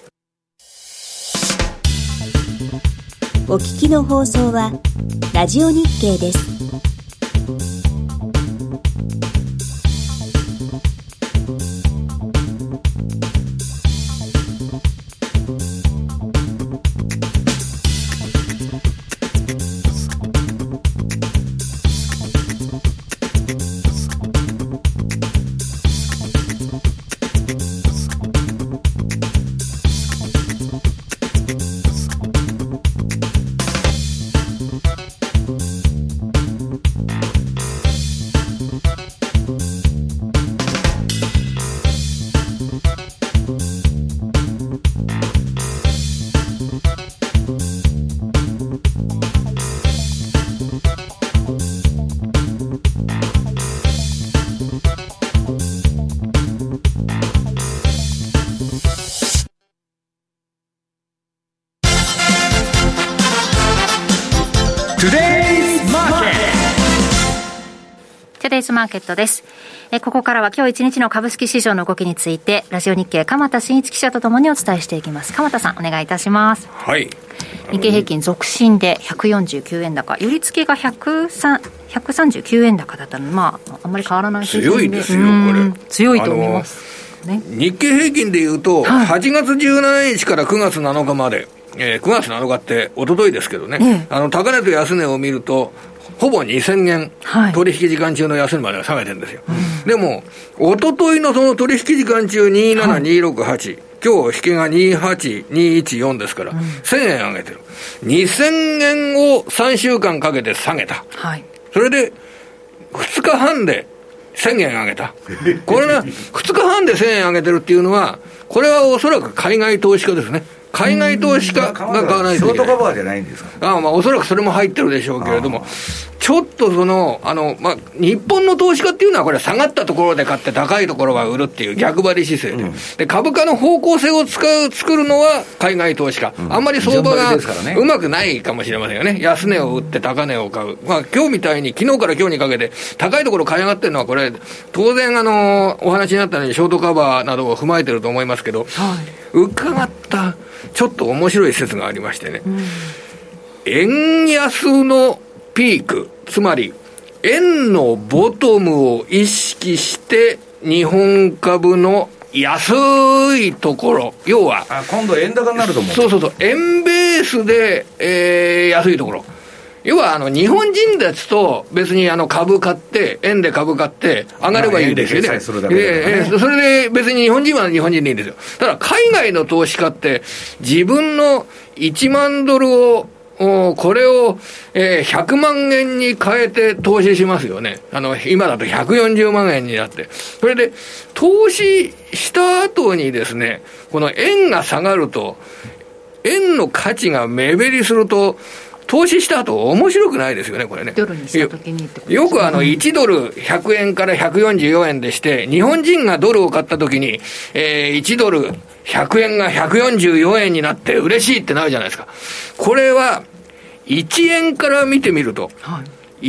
お聞きの放送はラジオ日経です。 トゥデイズマーケットです。えここからは今日一日の株式市場の動きについてラジオ日経鎌田新一記者とともにお伝えしていきます。鎌田さんお願いいたします。 はい。 日経平均続伸でひゃくよんじゅうきゅうえん高、寄り付きがひゃくさんじゅうきゅうえん高だったので、まああんまり変わらない強いですよこれ。 強いと思います。ね、 日経平均でいうと、はい、はちがつじゅうしちにちからくがつなのかまで、えー、くがつなのかって一昨日ですけどね、ええ、あの高値と安値を見るとほぼにせんえん、はい、取引時間中の安値までは下げてるんですよ、うん、でも一昨日のその取引時間中にじゅうなな、にひゃくろくじゅうはち、はい、今日引けがにじゅうはち、にひゃくじゅうよんですから、うん、せんえん上げてる。にせんえんをさんしゅうかんかけて下げた、はい、それでふつかはんでせんえん上げた。これね、ふつかはんでせんえん上げてるっていうのは、これはおそらく海外投資家ですね。海外投資家が買わないといけない。ショートカバーじゃないんですか。ああ、まあおそらくそれも入ってるでしょうけれども、ちょっとそのあのまあ日本の投資家っていうのはこれ下がったところで買って高いところが売るっていう逆張り姿勢で、うん、で株価の方向性を使う作るのは海外投資家、うん、あんまり相場がうまくないかもしれませんよね。安値を売って高値を買う。まあ今日みたいに昨日から今日にかけて高いところ買い上がってるのはこれ当然あのお話になったようにショートカバーなどを踏まえてると思いますけど、はい、伺ったちょっと面白い説がありましてね、うん、円安のピーク、つまり円のボトムを意識して日本株の安いところ、要はあ今度円高になると思う。 そうそうそう、円ベースで、えー、安いところ、 要はあの日本人ですと別にあの株買って円で株買って上がればいいんですよね。それで別に日本人は日本人でいいんですよ。ただ海外の投資家って自分のいちまんドルをこれをひゃくまんえんに変えて投資しますよね。あの今だとひゃくよんじゅうまんえんになって、それで投資した後にですね、この円が下がると円の価値が目減りすると投資した後面白くないですよね、これね。 ドルにした時にってことですね。 よくあのいちドルひゃくえんからひゃくよんじゅうよえんでして、日本人がドルを買った時に、えー、いちドルひゃくえんがひゃくよんじゅうよえんになって嬉しいってなるじゃないですか。これはいちえんから見てみると、はい、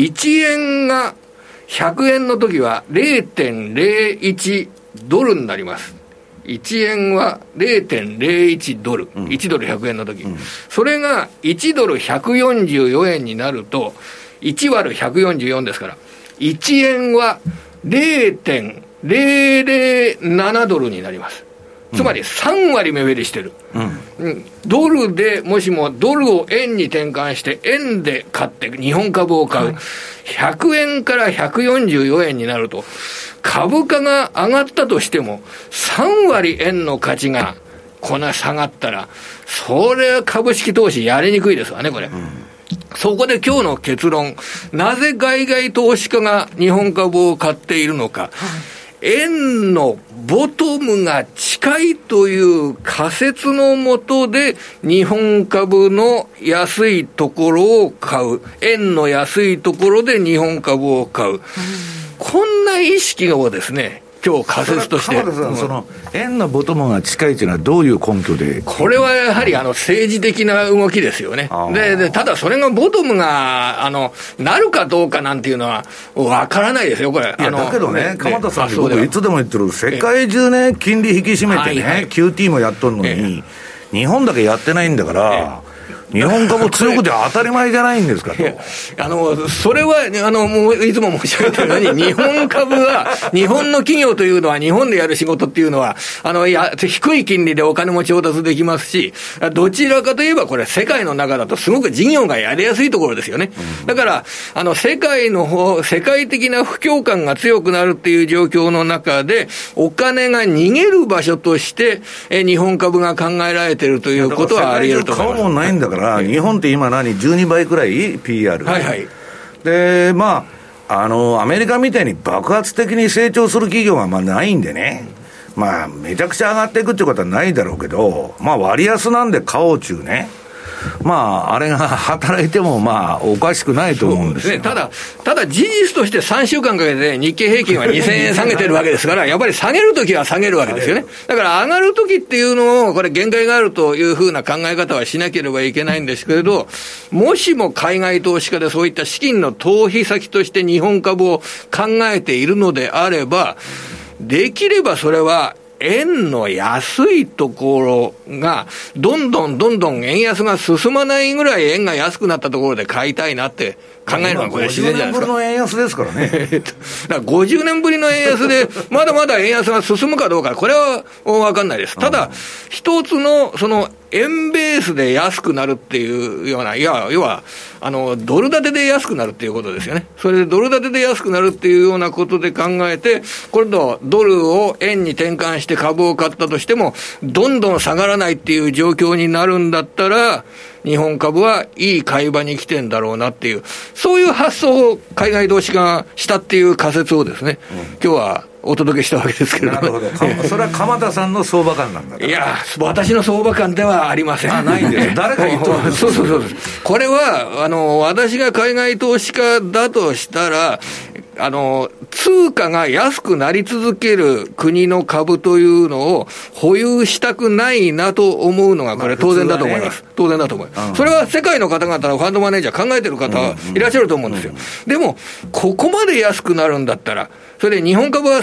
いちえんがひゃくえんの時は れいてんれいいち ドルになります。いちえんは れいてんれいいち ドル、うん、いちドルひゃくえんの時、うん、それがいちドルひゃくよんじゅうよえんになるといち割るひゃくよんじゅうよんですから、いちえんは れいてんれいれいなな ドルになります。つまりさん割目減りしてる、うん、ドルでもしもドルを円に転換して円で買って日本株を買う、はい、ひゃくえんからひゃくよんじゅうよえんになると株価が上がったとしてもさん割円の価値がこんな下がったら、それは株式投資やりにくいですわね、これ、うん、そこで今日の結論、なぜ海外投資家が日本株を買っているのか、はい、円のボトムが近いという仮説のもとで日本株の安いところを買う、円の安いところで日本株を買う、うん、こんな意識をですね、今日仮説として。 浜田さん、その円のボトムが近いというのはどういう根拠で？ これはやはりあの政治的な動きですよね。で、でただそれがボトムがあのなるかどうかなんていうのはわからないですよ、これ。 いやだけどね、鎌田さんに僕いつでも言ってる、世界中ね金利引き締めてね、はいはい、キューティー もやっとるのに、日本だけやってないんだから。日本株強くて当たり前じゃないんですかと。 あの、それは、あの、もう、いつも申し上げてるように、日本株は、日本の企業というのは、日本でやる仕事っていうのは、あの、いや、低い金利でお金も調達できますし、どちらかといえば、これ、世界の中だとすごく事業がやりやすいところですよね。うん、だから、あの、世界の方、世界的な不況感が強くなるっていう状況の中で、お金が逃げる場所として、え、日本株が考えられているということはあり得ると思います。 顔もないんだから、日本って今何じゅうにばいくらい ピーアール、 はいはい、 でまああのアメリカみたいに爆発的に成長する企業がまあないんでね、まあめちゃくちゃ上がっていくっていうことはないだろうけど、まあ割安なんで買おうちゅうね、まああれが働いてもまあおかしくないと思うんですよ。 ただただ事実としてさんしゅうかんかけて日経平均はにせんえん下げてるわけですからやっぱり下げるときは下げるわけですよね。だから上がるときっていうのをこれ限界があるというふうな考え方はしなければいけないんですけれど、もしも海外投資家でそういった資金の逃避先として日本株を考えているのであれば、できればそれは円の安いところがどんどんどんどん円安が進まないぐらい円が安くなったところで買いたいなって考えるのはこれ自然じゃないですか。 ごじゅうねんぶりの円安ですからねだからごじゅうねんぶりの円安でまだまだ円安が進むかどうかこれは分かんないです。ただ一つのその円ベースで安くなるっていうような、いや要はあのドル建てで安くなるっていうことですよね。それでドル建てで安くなるっていうようなことで考えて、これとドルを円に転換して株を買ったとしてもどんどん下がらないっていう状況になるんだったら、日本株はいい買い場に来てんだろうなっていう、そういう発想を海外投資家がしたっていう仮説をですね、うん、今日はお届けしたわけですけれども、 ね、なるほどそれは鎌田さんの相場感なんだから。 いや私の相場感ではありません。 あないんです誰か言っとるんですそうそうそうこれはあの私が海外投資家だとしたら、あの通貨が安くなり続ける国の株というのを保有したくないなと思うのがこれ当然だと思います、まあね、当然だと思います、うん、それは世界の方々のファンドマネージャー考えてる方いらっしゃると思うんですよ、うんうん、でもここまで安くなるんだったら、それで日本株は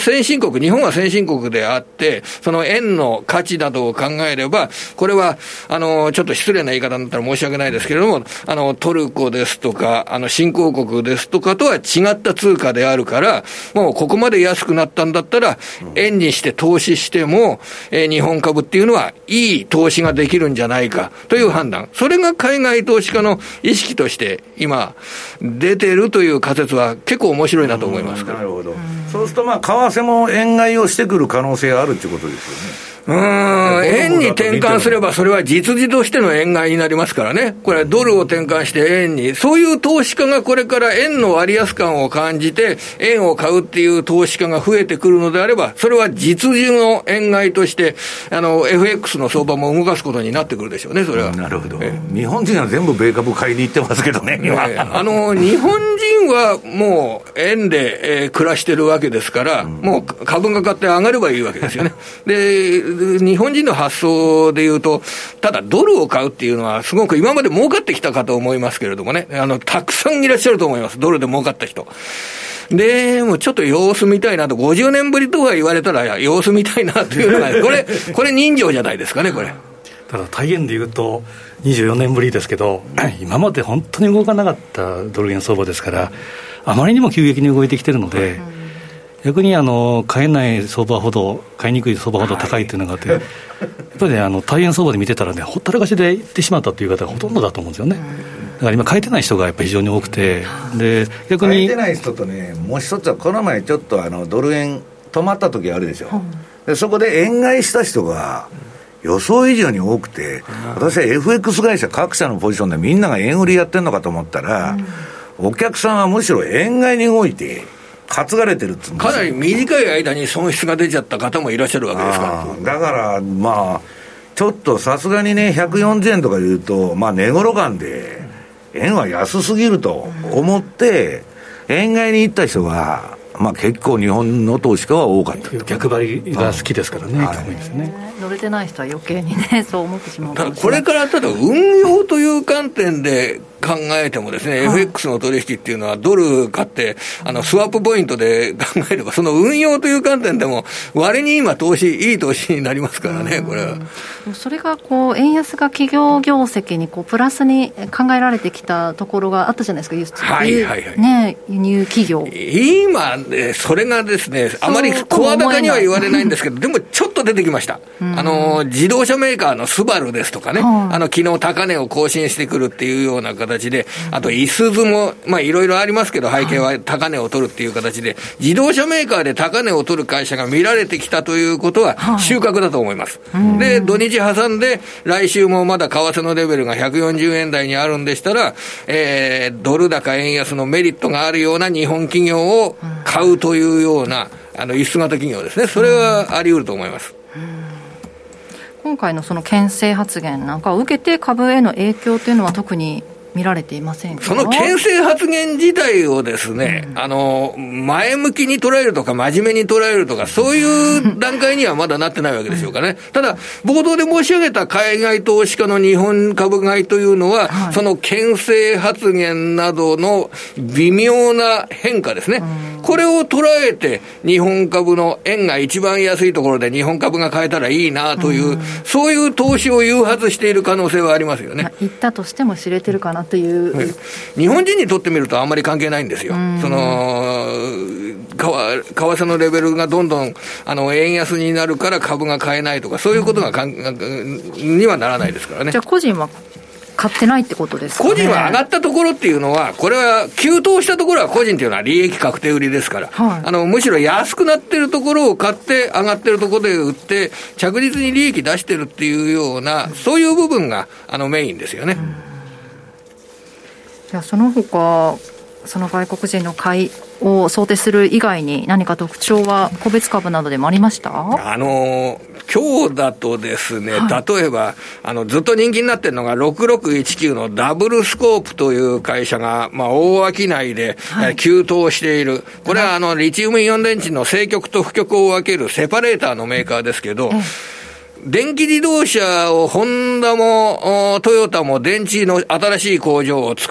先進国、日本は先進国であって、その円の価値などを考えれば、これは、あの、ちょっと失礼な言い方になったら申し訳ないですけれども、あの、トルコですとか、あの、新興国ですとかとは違った通貨であるから、もうここまで安くなったんだったら、円にして投資しても、えー、日本株っていうのはいい投資ができるんじゃないかという判断。それが海外投資家の意識として今、出てるという仮説は結構面白いなと思いますから。 なるほど。そうすると、まあ、為替も円買いをしてくる可能性があるということですよね。 うーん、円に転換すればそれは実需としての円買いになりますからね。これはドルを転換して円に、そういう投資家がこれから円の割安感を感じて円を買うっていう投資家が増えてくるのであれば、それは実需の円買いとしてあの エフエックス の相場も動かすことになってくるでしょうね。それは。 なるほど。日本人は全部米株買いに行ってますけどね、今。 えー、あの日本人はもう円で、えー、暮らしてるわけですから、うん、もう株が買って上がればいいわけですよね。で日本人の発想でいうと、ただドルを買うっていうのはすごく今まで儲かってきたかと思いますけれどもね、あのたくさんいらっしゃると思います、ドルで儲かった人で。もうちょっと様子見たいなと、ごじゅうねんぶりとは言われたら様子見たいなというのがこれこれ人情じゃないですかね。これただ大円でいうとにじゅうよねんぶりですけど、今まで本当に動かなかったドル円相場ですから、あまりにも急激に動いてきてるので、うん、逆にあの買えない相場ほど、買いにくい相場ほど高いというのがあって、はい、やっぱりね、あの大円相場で見てたらね、ほったらかしで行ってしまったという方がほとんどだと思うんですよね。だから今買えてない人がやっぱり非常に多くて、で逆に買えてない人とね、もう一つはこの前ちょっとあのドル円止まった時あるでしょ、うん、でそこで円買いした人が予想以上に多くて、私は エフエックス 会社各社のポジションでみんなが円売りやってるのかと思ったら、うん、お客さんはむしろ円買いに動いて担がれてるっつうんですよ。 かなり短い間に損失が出ちゃった方もいらっしゃるわけですから。 だからまあちょっとさすがにねひゃくよんじゅうえんとか言うと、まあ値頃感で円は安すぎると思って円買いに行った人が、まあ、結構日本の投資家は多かった。 逆張りが好きですからね、はい、ですね。 乗れてない人は余計にねそう思ってしまうかもしれない。 これからただ運用という観点で考えてもですね、はい、エフエックス の取引っていうのはドル買ってあのスワップポイントで考えれば、その運用という観点でも割に今投資いい投資になりますからね。これはそれがこう円安が企業業績にこうプラスに考えられてきたところがあったじゃないですか、輸出、 はいはいはい、 ね、輸入企業今、ね、それがですねあまり声高には言われないんですけどでもちょっと出てきました、うん、あの自動車メーカーのスバルですとかね、うん、あの昨日高値を更新してくるっていうような形で、あといすゞもまあいろいろありますけど背景は高値を取るっていう形で、自動車メーカーで高値を取る会社が見られてきたということは収穫だと思います、はい、で土日挟んで来週もまだ為替のレベルがひゃくよんじゅうえん台にあるんでしたら、えー、ドル高円安のメリットがあるような日本企業を買うというようなあの輸出型企業ですね、それはあり得ると思います。 今回のその牽制発言なんかを受けて株への影響というのは特に見られていませんか。 その牽制発言自体をですね、うん、あの前向きに捉えるとか真面目に捉えるとかそういう段階にはまだなってないわけでしょうかね。ただ冒頭で申し上げた海外投資家の日本株買いというのは、はい、その牽制発言などの微妙な変化ですね、うん、これを捉えて日本株の円が一番安いところで日本株が買えたらいいなという、うん、そういう投資を誘発している可能性はありますよね。 言ったとしても知れてるかなという、 はい、日本人にとってみるとあんまり関係ないんですよ。その為替のレベルがどんどんあの円安になるから株が買えないとかそういうことがかんにはならないですからね。 じゃあ個人は買ってないってことですかね。 個人は上がったところっていうのはこれは急騰したところは個人っていうのは利益確定売りですから、はい、あのむしろ安くなってるところを買って上がってるところで売って着実に利益出してるっていうようなそういう部分があのメインですよね、うん。 じゃあその他その外国人の買いを想定する以外に何か特徴は個別株などでもありました？ あの今日だとですね、はい、例えばあのずっと人気になってるのがろくろくいちきゅうのダブルスコープという会社が、まあ、大商いで、はい、急騰している。これはあのリチウムイオン電池の正極と負極を分けるセパレーターのメーカーですけど、電気自動車をホンダもトヨタも電池の新しい工場を作る。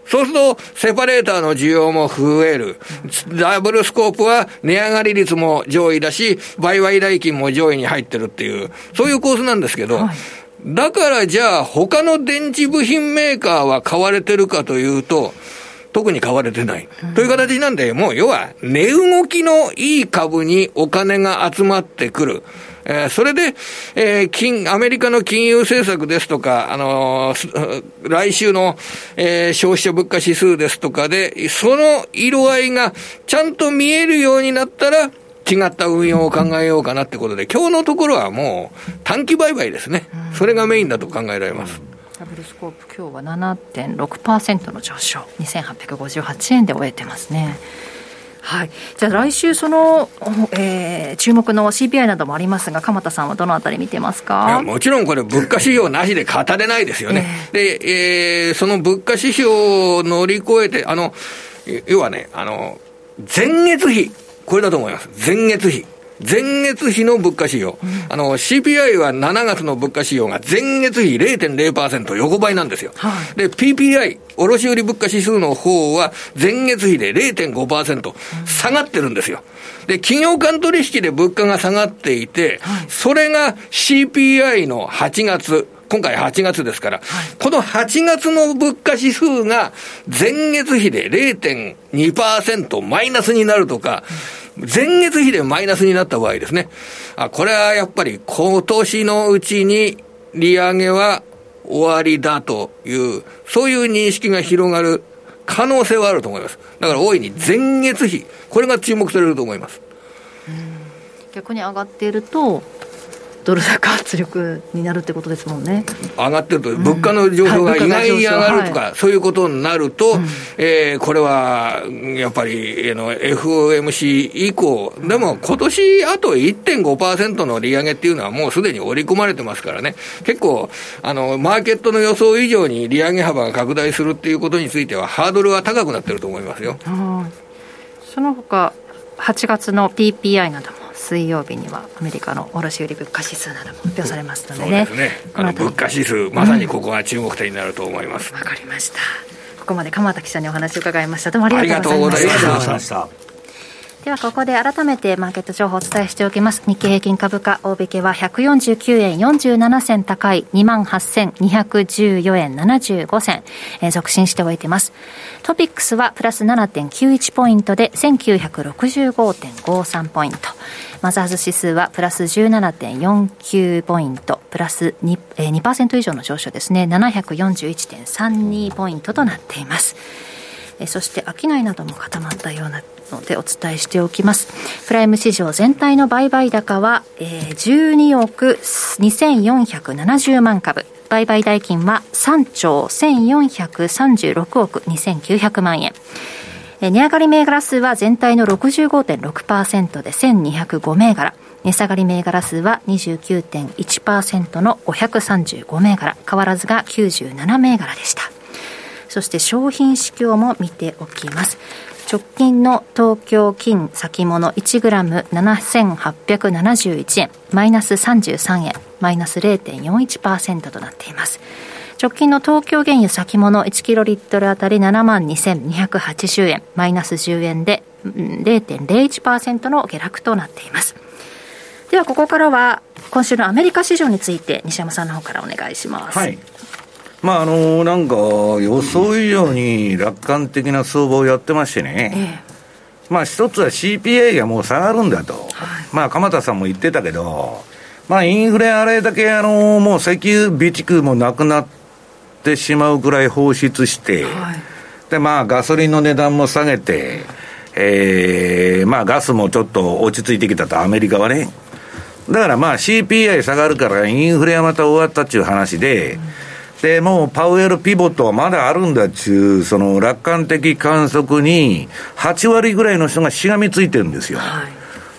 そうすると、セパレーターの需要も増える。ダブルスコープは値上がり率も上位だし、売買代金も上位に入ってるっていう、そういう構図なんですけど、はい、だからじゃあ他の電池部品メーカーは買われてるかというと、特に買われてない。うん、という形なんで、もう要は値動きのいい株にお金が集まってくる。えー、それで、えー、金、アメリカの金融政策ですとか、あのー、来週の、えー、消費者物価指数ですとかで、その色合いがちゃんと見えるようになったら、違った運用を考えようかなってことで、今日のところはもう短期売買ですね。それがメインだと考えられます。 ダブルスコープ今日は ななてんろくパーセント の上昇、にせんはっぴゃくごじゅうはちえんで終えてますね。はい、じゃあ来週その、えー、注目の シーピーアイ などもありますが、鎌田さんはどのあたり見てますか？ いや、もちろんこれ物価指標なしで語れないですよね。えー、で、えー、その物価指標を乗り越えて、あの要はね、あの前月比、これだと思います。前月比前月比の物価指標、うん、あの シーピーアイ はしちがつの物価指標が前月比 れいてんれいパーセント 横ばいなんですよ、はい、で ピーピーアイ 卸売物価指数の方は前月比で れいてんごパーセント 下がってるんですよ。で企業間取引で物価が下がっていて、はい、それが シーピーアイ のはちがつ、今回はちがつですから、はい、このはちがつの物価指数が前月比で れいてんにパーセント マイナスになるとか、うん、前月比でマイナスになった場合ですね、あ、これはやっぱり今年のうちに利上げは終わりだという、そういう認識が広がる可能性はあると思います。だから大いに前月比、これが注目されると思います。 うん、逆に上がっているとドル高圧力になるってことですもんね。 上がってると、物価の上昇が意外に上がるとか、はい、そういうことになると、うん、えー、これはやっぱりあの エフオーエムシー 以降、でも今年あと いってんごパーセント の利上げっていうのはもうすでに織り込まれてますからね、結構あのマーケットの予想以上に利上げ幅が拡大するっていうことについてはハードルは高くなってると思いますよ。 その他はちがつの ピーピーアイ なども水曜日にはアメリカの卸売物価指数なども発表されますのでね。 そうですね。あの物価指数、まさにここが注目点になると思います。 わ、うん、かりました。ここまで鎌田記者にお話を伺いました。どうもありがとうございました。ありがとうございました。ではここで改めてマーケット情報をお伝えしておきます。日経平均株価大引けはひゃくよんじゅうきゅうえんよんじゅうななせん高い にまんはっせんにひゃくじゅうよえんななじゅうごせん、えー、続伸しておいています。トピックスはプラス ななてんきゅういち ポイントで せんきゅうひゃくろくじゅうごてんごさん ポイント、マザーズ指数はプラス じゅうななてんよんきゅう ポイント、プラス に,、えー、にパーセント 以上の上昇ですね。ななひゃくよんじゅういちてんさんに ポイントとなっています。えー、そして商いなども固まったようなのでお伝えしておきます。プライム市場全体の売買高は、えー、じゅうにおくにせんよんひゃくななじゅうまん株、売買代金はさんちょうせんよんひゃくさんじゅうろくおくにせんきゅうひゃくまんえん、えー、値上がり銘柄数は全体の ろくじゅうごてんろくパーセント でせんにひゃくご銘柄、値下がり銘柄数は にじゅうきゅうてんいちパーセント のごひゃくさんじゅうご銘柄、変わらずがきゅうじゅうなな銘柄でした。そして商品指標も見ておきます。直近の東京金先物 いちグラムななせんはっぴゃくななじゅういちえん、マイナスさんじゅうさんえん、マイナス れいてんよんいちパーセント となっています。直近の東京原油先物いちキロリットルあたり ななまんにせんにひゃくはちじゅうえん、マイナスじゅうえんで れいてんれいいちパーセント の下落となっています。ではここからは今週のアメリカ市場について西山さんの方からお願いします。 はい、まああのなんか予想以上に楽観的な相場をやってましてね、ええ、まあ一つは シーピーアイ がもう下がるんだと、はい、まあ鎌田さんも言ってたけど、まあインフレあれだけあのもう石油備蓄もなくなってしまうくらい放出して、はい、でまあガソリンの値段も下げて、えー、まあガスもちょっと落ち着いてきたと、アメリカはね。だからまあ シーピーアイ 下がるからインフレはまた終わったっていう話で、うん、でもうパウエルピボットはまだあるんだっちゅう、その楽観的観測にはちわりぐらいの人がしがみついてるんですよ、はい、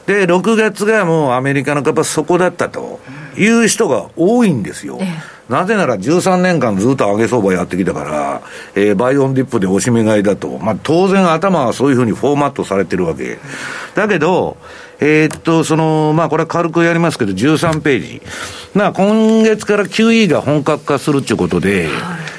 でろくがつがもうアメリカの株は底だったという人が多いんですよ、ええ、なぜならじゅうさんねんかんずっと上げ相場やってきたから、えー、バイオンディップで押し目買いだと、まあ、当然頭はそういうふうにフォーマットされてるわけだけど、えー、っと、その、まあ、これは軽くやりますけど、じゅうさんページ。まあ、今月から キューイー が本格化するっていうことで、はい、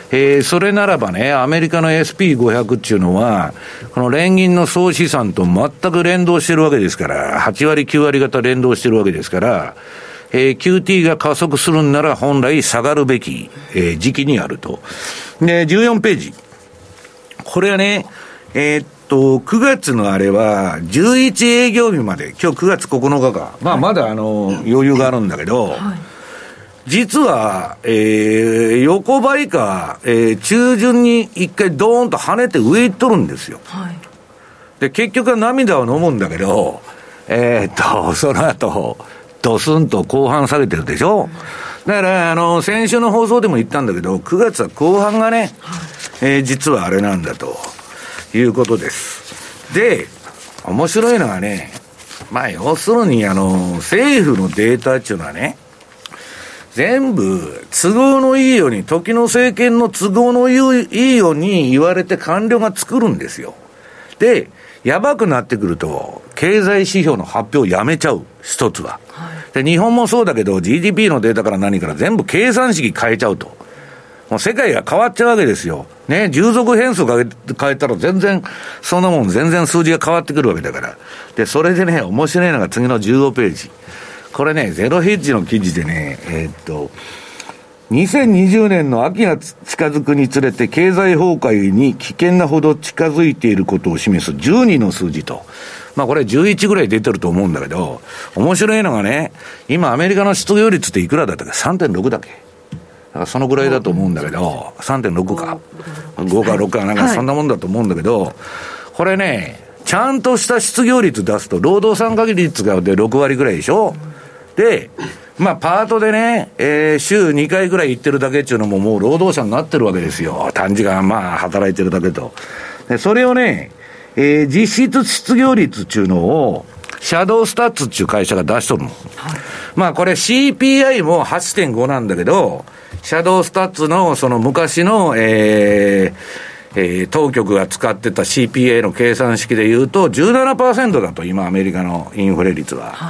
えー、それならばね、アメリカの エスピーごひゃく っていうのは、この連銀の総資産と全く連動してるわけですから、はちわりきゅうわり型連動してるわけですから、えー、キューティー が加速するんなら本来下がるべき、えー、時期にあると。で、じゅうよんページ。これはね、えー、っと、くがつのあれは、じゅういち営業日まで、今日くがつここのかか。まあ、まだあの、余裕があるんだけど、はい、実は、えー、横ばいか、えー、中旬に一回ドーンと跳ねて上行っとるんですよ。はい、で、結局は涙を飲むんだけど、えー、っと、その後、ドスンと後半下げてるでしょ。だから、あの、先週の放送でも言ったんだけど、くがつは後半がね、はい、えー、実はあれなんだということです。で、面白いのはね、まあ、要するに、あの、政府のデータっていうのはね、全部都合のいいように、時の政権の都合のいいように言われて官僚が作るんですよ。で、やばくなってくると、経済指標の発表をやめちゃう、一つは。はい、で、日本もそうだけど、ジーディーピー のデータから何から全部計算式変えちゃうと。もう世界が変わっちゃうわけですよ。ね、従属変数変え、変えたら全然、そんなもん全然数字が変わってくるわけだから。で、それでね、面白いのが次のじゅうごページ。これね、ゼロヘッジの記事でね、えー、っと、にせんにじゅうねんの秋が近づくにつれて経済崩壊に危険なほど近づいていることを示すじゅうにの数字と。まあこれじゅういちぐらい出てると思うんだけど、面白いのがね、今アメリカの失業率っていくらだったっけ ?さんてんろく だっけだからそのぐらいだと思うんだけど、さんてんろく か。ごかろくかなんかそんなもんだと思うんだけど、はい、これね、ちゃんとした失業率出すと、労働参加率がでろくわりぐらいでしょ。で、まあ、パートでね、えー、週にかいぐらい行ってるだけっていうのももう労働者になってるわけですよ。短時間、まあ、働いてるだけと。で、それをね、えー、実質失業率っていうのを、シャドウスタッツっていう会社が出しとるの。はい、まあ、これ シーピーアイ も はちてんご なんだけど、シャドウスタッツのその昔の、えー、えー、当局が使ってた シーピーアイ の計算式で言うと じゅうななパーセント だと、今アメリカのインフレ率は。はい、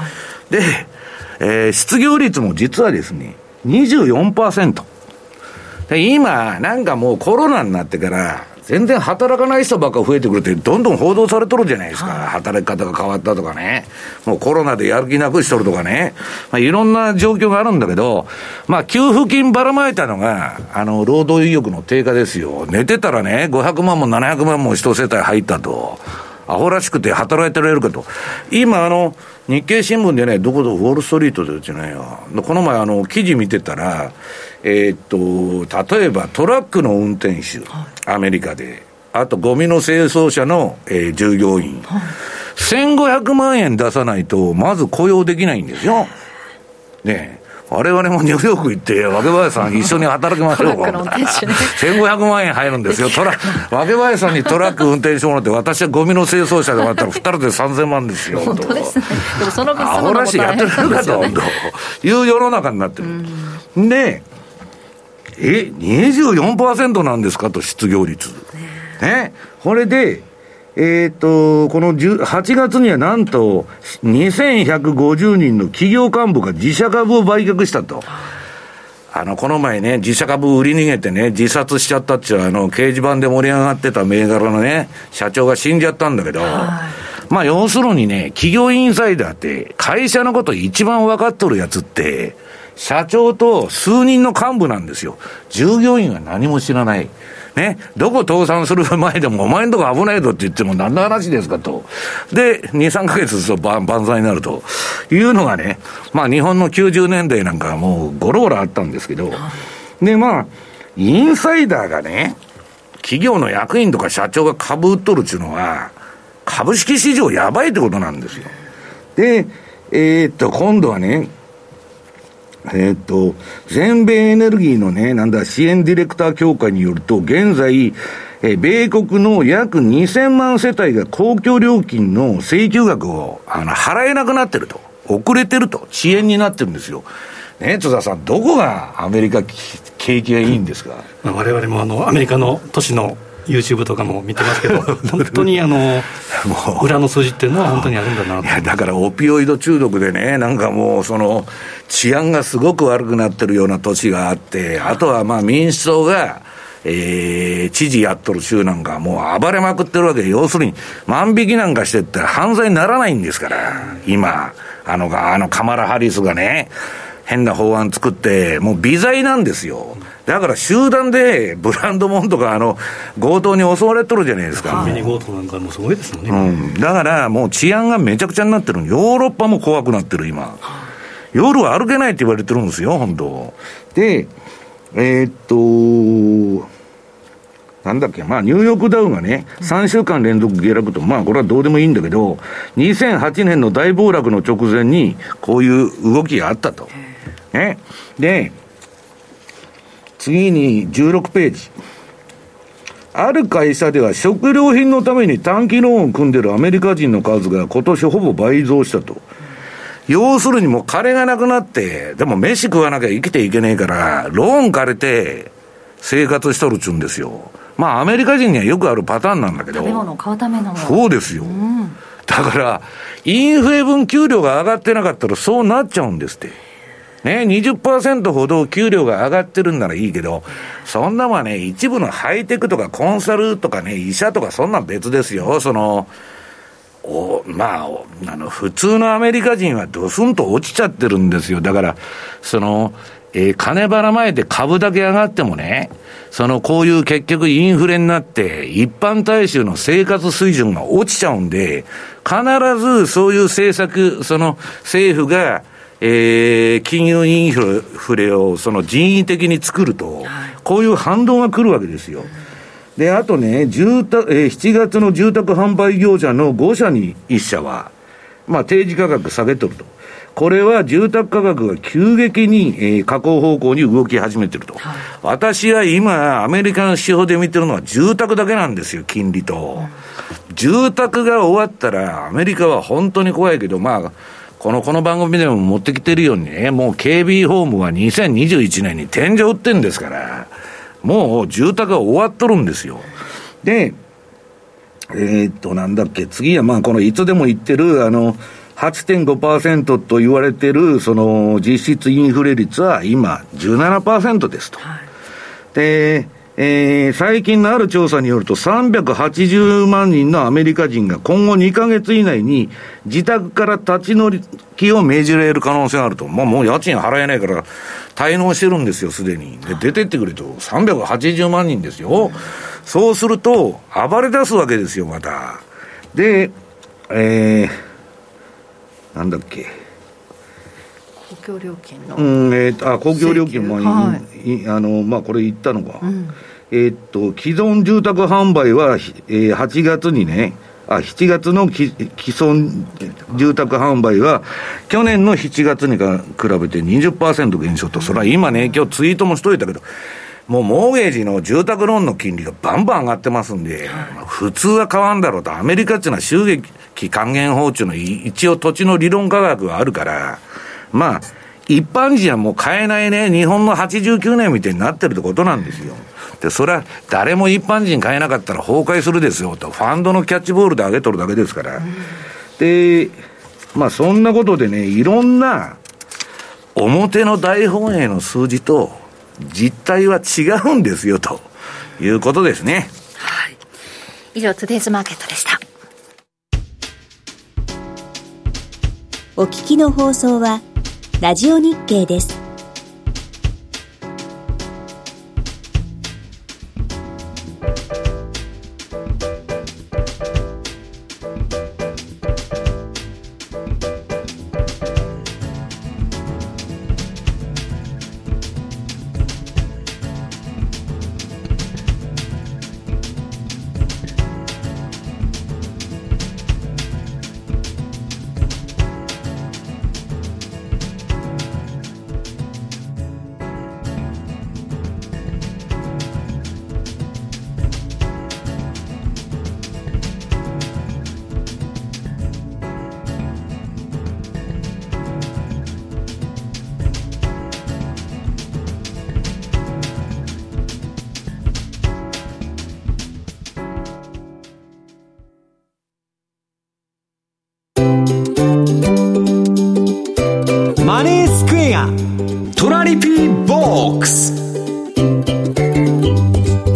で、えー、失業率も実はですね、にじゅうよんパーセント。で、今、なんかもうコロナになってから、全然働かない人ばっか増えてくるって、どんどん報道されとるじゃないですか。はい、働き方が変わったとかね。もうコロナでやる気なくしとるとかね。まあ、いろんな状況があるんだけど、まあ、給付金ばらまいたのが、あの、労働意欲の低下ですよ。寝てたらね、ごひゃくまんもななひゃくまんも一世帯入ったと。アホらしくて働いてられるかと。今、あの、日経新聞でね、どこどウォールストリートでじゃないよ。この前、あの、記事見てたら、えー、っと、例えばトラックの運転手、はい、アメリカで、あとゴミの清掃車の、えー、従業員、はい、せんごひゃくまんえん出さないと、まず雇用できないんですよ。ねえ。我々もニューヨーク行って、わけばやさん一緒に働きましょうか。せんごひゃくまんえん入るんですよ。トラわけばやさんにトラック運転してもらって、私はゴミの清掃車でもらったら、二人でさんぜんまんですよ。 本当ですね。でもその分、 アホらしいやってられるかと、いう世の中になってる。で、え、にじゅうよんパーセント なんですかと、失業率。ね。これで、えっと、このはちがつにはなんとにせんひゃくごじゅうにんの企業幹部が自社株を売却したと。あの、この前ね、自社株売り逃げてね、自殺しちゃったっていう、あの、掲示板で盛り上がってた銘柄のね、社長が死んじゃったんだけど、まあ、要するにね、企業インサイダーって、会社のこと一番分かっとるやつって、社長と数人の幹部なんですよ。従業員は何も知らない。ね、どこ倒産する前でもお前んとこ危ないぞって言っても何の話ですかと。で、に、さんかげつすると万歳になるというのがね、まあ日本のきゅうじゅうねんだいなんかはもうゴロゴロあったんですけど、でまあ、インサイダーがね、企業の役員とか社長が株売っとるっていうのは、株式市場やばいってことなんですよ。で、えー、っと、今度はね、えー、っと、全米エネルギーのね、なんだ、支援ディレクター協会によると、現在、えー、米国の約にせんまん世帯が公共料金の請求額を、あの、払えなくなってると。遅れてると。遅延になってるんですよ。ね、津田さん、どこがアメリカ景気がいいんですか？ まあ、我々もあの、アメリカの都市のYouTube とかも見てますけど、本当にあの裏の数字っていうのは本当にあるんだなと。 いや、だからオピオイド中毒でね、なんかもうその治安がすごく悪くなってるような都市があって、あとはまあ民主党が、 えー、知事やっとる州なんかもう暴れまくってるわけで、要するに万引きなんかしてって犯罪にならないんですから、今あのあのカマラ・ハリスがね変な法案作ってもう微罪なんですよ。だから集団でブランド物とかあの強盗に襲われとるじゃないですか。 コンビニ強盗なんかもすごいですもんね、 うん、だからもう治安がめちゃくちゃになってる。ヨーロッパも怖くなってる今。夜は歩けないって言われてるんですよ本当で。えー、っとなんだっけ、まあニューヨークダウがねさんしゅうかん連続下落と、まあこれはどうでもいいんだけど、にせんはちねんの大暴落の直前にこういう動きがあったとね。で次にじゅうろくページ、ある会社では食料品のために短期ローンを組んでるアメリカ人の数が今年ほぼ倍増したと。要するにもう金がなくなって、でも飯食わなきゃ生きていけねえからローン借りて生活しとるっちゅうんですよ。まあアメリカ人にはよくあるパターンなんだけど、 食べ物を買うためのもそうですよ、うん、だからインフレ分給料が上がってなかったらそうなっちゃうんですってね。 にじゅっパーセント ほど給料が上がってるんならいいけど、そんなもんね、一部のハイテクとかコンサルとかね、医者とかそんなん別ですよ。そのおまあ、あの普通のアメリカ人はドスンと落ちちゃってるんですよ。だからその、えー、金ばらまいて株だけ上がってもね、そのこういう結局インフレになって一般大衆の生活水準が落ちちゃうんで、必ずそういう政策、その政府がえー、金融インフレをその人為的に作ると、こういう反動が来るわけですよ。で、あとね、住宅、えー、しちがつの住宅販売業者のごしゃにいっしゃは、まあ、定時価格下げとると。これは住宅価格が急激に、えー、下降方向に動き始めてると。はい、私は今、アメリカの指標で見てるのは住宅だけなんですよ、金利と。うん、住宅が終わったら、アメリカは本当に怖いけど、まあ、この、この番組でも持ってきてるようにね、もう ケービー ホームはにせんにじゅういちねんに天井売ってんですから、もう住宅が終わっとるんですよ。で、えー、っと、なんだっけ、次はまあこのいつでも言ってる、あの、はちてんごパーセント と言われてる、その実質インフレ率は今 じゅうななパーセント ですと。はい、で、えー、最近のある調査によるとさんびゃくはちじゅうまんにんのアメリカ人が今後にかげつ以内に自宅から立ち退きを命じられる可能性があると。まあ、もう家賃払えないから滞納してるんですよ、すでに。で、出てってくれとさんびゃくはちじゅうまんにんですよ。そうすると暴れ出すわけですよ、また。で、えー、なんだっけ、 公共料金の、 うん、えー、あ、公共料金も、はい、あの、まあ、これ言ったのか、うん、えー、っと既存住宅販売は、えー、はちがつにね、あ、しちがつの既存住宅販売は去年のしちがつに比べて にじゅっパーセント 減少と。それは今ね、今日ツイートもしといたけど、もうモーゲージの住宅ローンの金利がバンバン上がってますんで、まあ、普通は変わんだろうと。アメリカっていうのは収益還元法っていうのは一応土地の理論価格があるから、まあ、一般人はもう買えないね、日本のはちじゅうきゅうねんみたいになってるってことなんですよ。で、それは誰も一般人買えなかったら崩壊するですよと。ファンドのキャッチボールで上げとるだけですから。うん、で、まあそんなことでね、いろんな表の大本営の数字と実態は違うんですよということですね。 はい。以上、トゥデイズマーケットでした。 お聞きの放送はラジオ日経です。 マネースクエアトラリピーボックス。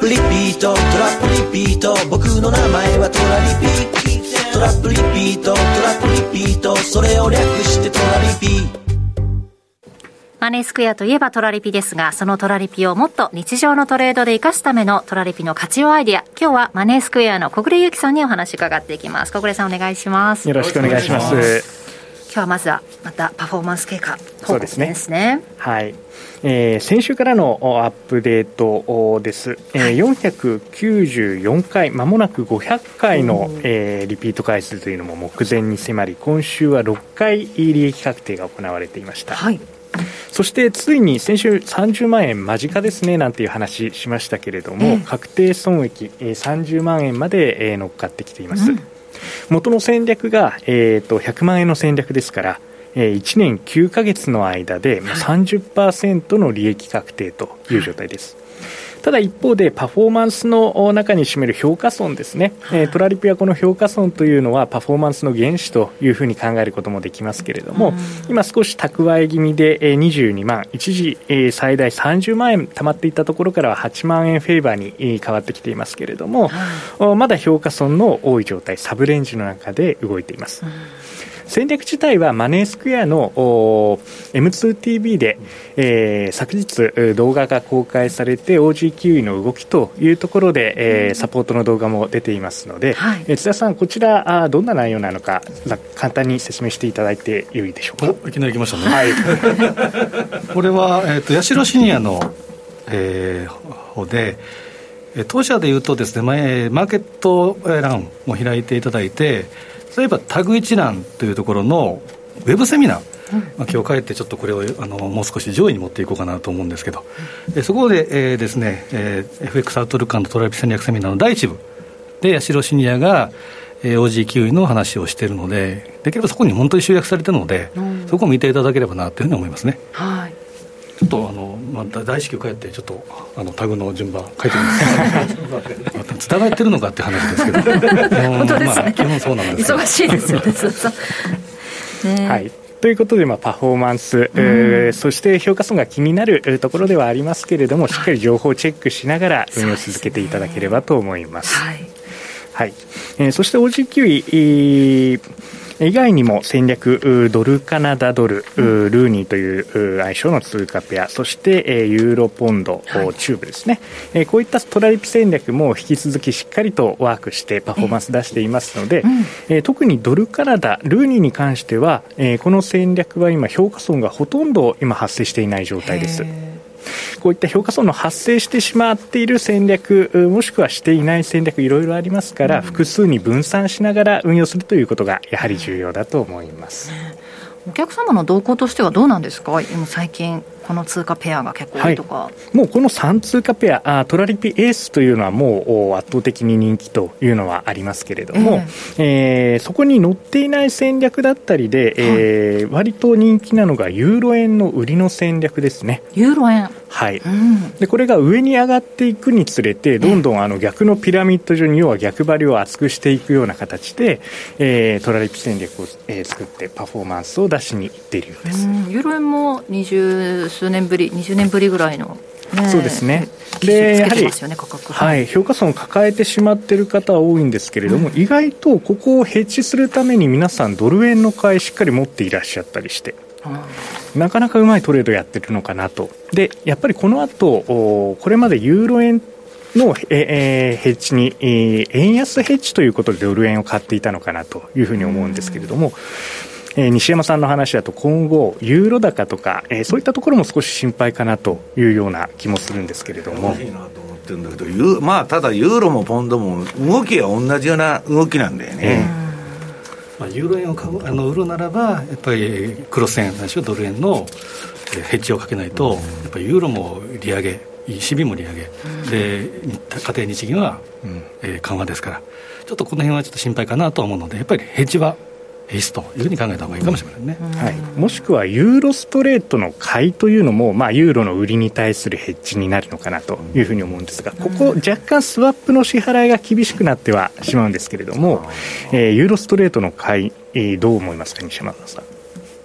プリピートトラップリピート、僕の名前はトラリピ、トラップリピートトラップリピート、それを略してトラリピ。 マネースクエアといえばトラリピですが、そのトラリピをもっと日常のトレードで生かすためのトラリピの活用アイデア、今日はマネースクエアの小暮優樹さんにお話伺っていきます。小暮さんお願いします。 よろしくお願いします。 今日はまずはまたパフォーマンス経過報告ですね。そうですね、 はい、えー、先週からのアップデートです、えー、よんひゃくきゅうじゅうよんかい、まもなくごひゃっかいの、えー、リピート回数というのも目前に迫り、今週はろっかい利益確定が行われていました。はい、そしてついに先週さんじゅうまんえん間近ですねなんていう話しましたけれども、えー、確定損益さんじゅうまんえんまで乗っかってきています。うん、元の戦略が、えー、とひゃくまんえんの戦略ですから、えー、いちねんきゅうかげつの間で さんじゅっパーセント の利益確定という状態です。ただ一方でパフォーマンスの中に占める評価損ですね、えー、トラリピはこの評価損というのはパフォーマンスの原資というふうに考えることもできますけれども、今少し蓄え気味でにじゅうにまん、一時最大さんじゅうまんえん貯まっていたところからははちまんえんフェーバーに変わってきていますけれども、まだ評価損の多い状態、サブレンジの中で動いています。戦略自体はマネースクエアの エムツーティービー で、えー、昨日動画が公開されて オージーキウイ の動きというところで、えー、サポートの動画も出ていますので、はい、津田さんこちらあどんな内容なのか簡単に説明していただいてよいでしょうか。 いきなり来ましたね、はい、これは、えー、と八代シニアの、えー、方で当社でいうとですね、マーケット欄を開いていただいて、例えばタグ一覧というところのウェブセミナー、うん、まあ、今日帰ってちょっとこれをあのもう少し上位に持っていこうかなと思うんですけど、うん、そこで、えーですねえー、エフエックス アウトルック&トラリピ戦略セミナーのだいいち部で八代シニアが、えー、オージーキウイ の話をしているので、できればそこに本当に集約されているので、うん、そこを見ていただければなというふうに思いますね。はい、ちょっとあの、まあ、大至急帰ってちょっとあのタグの順番書いてみます伝わってるのかって話ですけど本当ですね、まあ、基本そうなんです忙しいですよねね、 はい、ということで、まあ、パフォーマンス、えー、そして評価損が気になるところではありますけれども、しっかり情報をチェックしながら運用を続けていただければと思います。はい、はい、えー、そして オージーキウイ、えー以外にも戦略ドルカナダドル、うん、ルーニーという相性の通貨ペア、そしてユーロポンド、はい、チューブですね、こういったトラリピ戦略も引き続きしっかりとワークしてパフォーマンス出していますので、うん、特にドルカナダルーニーに関してはこの戦略は今評価損がほとんど今発生していない状態です。こういった評価損の発生してしまっている戦略、もしくはしていない戦略、いろいろありますから、うん、複数に分散しながら運用するということがやはり重要だと思います。 お客様の動向としてはどうなんですか。今最近この通貨ペアが結構多いとか、 はい、もうこのさん通貨ペア、あトラリピエースというのはもう圧倒的に人気というのはありますけれども、えーえー、そこに載っていない戦略だったりで、えー、割と人気なのがユーロ円の売りの戦略ですね。 ユーロ円、 はい、うん、でこれが上に上がっていくにつれてどんどんあの逆のピラミッド状に、要は逆張りを厚くしていくような形で、えー、トラリピ戦略を、えー、作ってパフォーマンスを出しにいっているようです。 うん、ユーロ円もにじゅう数年ぶりにじゅうねんぶりぐらいの、ね、 そうですね。でやはり、 価格、 はい、評価損を抱えてしまっている方は多いんですけれども、うん、意外とここをヘッジするために皆さんドル円の買いしっかり持っていらっしゃったりして、うん、なかなかうまいトレードやってるのかなと。でやっぱりこの後これまでユーロ円の、えー、ヘッジに、えー、円安ヘッジということでドル円を買っていたのかなというふうに思うんですけれども、うん、えー、西山さんの話だと今後ユーロ高とか、えー、そういったところも少し心配かなというような気もするんですけれども、 いいなと思ってるんだけど、ユー、まあ、ただユーロもポンドも動きは同じような動きなんだよね。 うん、まあ、ユーロ円を買うあの売るならばやっぱりクロス円ないしはドル円のヘッジをかけないと、うん、やっぱりユーロも利上げ イーシービー も利上げ、うん、で家庭日銀は、うん、えー、緩和ですから、ちょっとこの辺はちょっと心配かなと思うので、やっぱりヘッジは必須というふうに考えた方がいいかもしれませんね。 はい、もしくはユーロストレートの買いというのも、まあ、ユーロの売りに対するヘッジになるのかなというふうに思うんですが、ここ若干スワップの支払いが厳しくなってはしまうんですけれども、えー、ユーロストレートの買い、えー、どう思いますか、西山さん。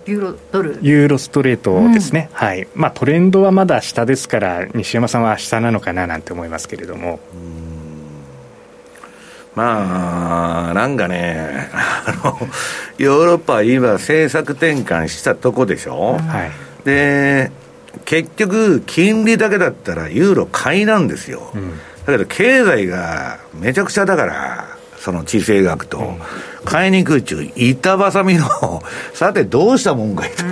ユーロドルユーロストレートですね、うん、はい。まあ、トレンドはまだ下ですから西山さんは下なのかななんて思いますけれども、うーん、 まあなんかねあのヨーロッパは今政策転換したとこでしょ、うん、はい。で結局金利だけだったらユーロ買いなんですよ、うん、だけど経済がめちゃくちゃだからその地政学と、うん、買いにくいっちゅう板挟みのさてどうしたもんかいと、うん、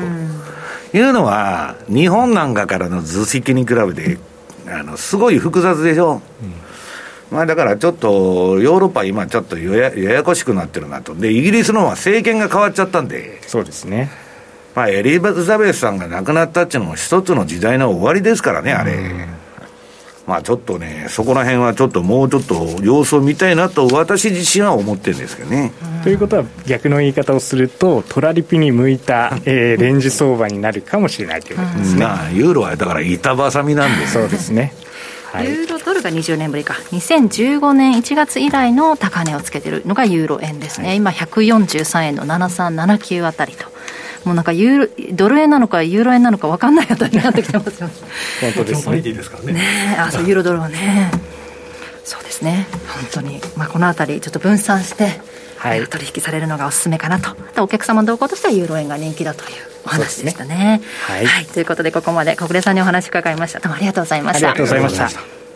いうのは日本なんかからの図式に比べてあのすごい複雑でしょ、うん、まあ、だからちょっとヨーロッパ今ちょっとや や, ややこしくなってるなと。でイギリスのは政権が変わっちゃったんで、 そうですね、 まあ、エリザベスさんが亡くなったっていうのも一つの時代の終わりですからねあれ、うん、まあちょっとねそこら辺はちょっともうちょっと様子を見たいなと私自身は思ってるんですけどね、 うん、ということは逆の言い方をするとトラリピに向いた、えー、レンジ相場になるかもしれないということですね、 うん、ユーロはだから板挟みなんで、 そうですね、 はい、ユーロドルがにじゅうねんぶりかにせんじゅうごねんいちがつ以来の高値をつけているのがユーロ円ですね、はい、今ひゃくよんじゅうさんえんのななさんななきゅうあたりと、もうなんかユーロドル円なのかユーロ円なのか分かんないあたりになってきてますよ本当ですね、 ですからね、 ねあそうユーロドルはねそうですね本当に、まあ、このあたりちょっと分散して、はい、取引されるのがおすすめかなと。お客様の動向としてはユーロ円が人気だというお話でした ね, ね、はいはい、ということでここまで小暮さんにお話伺いました。どうもありがとうございました。 ありがとうございました。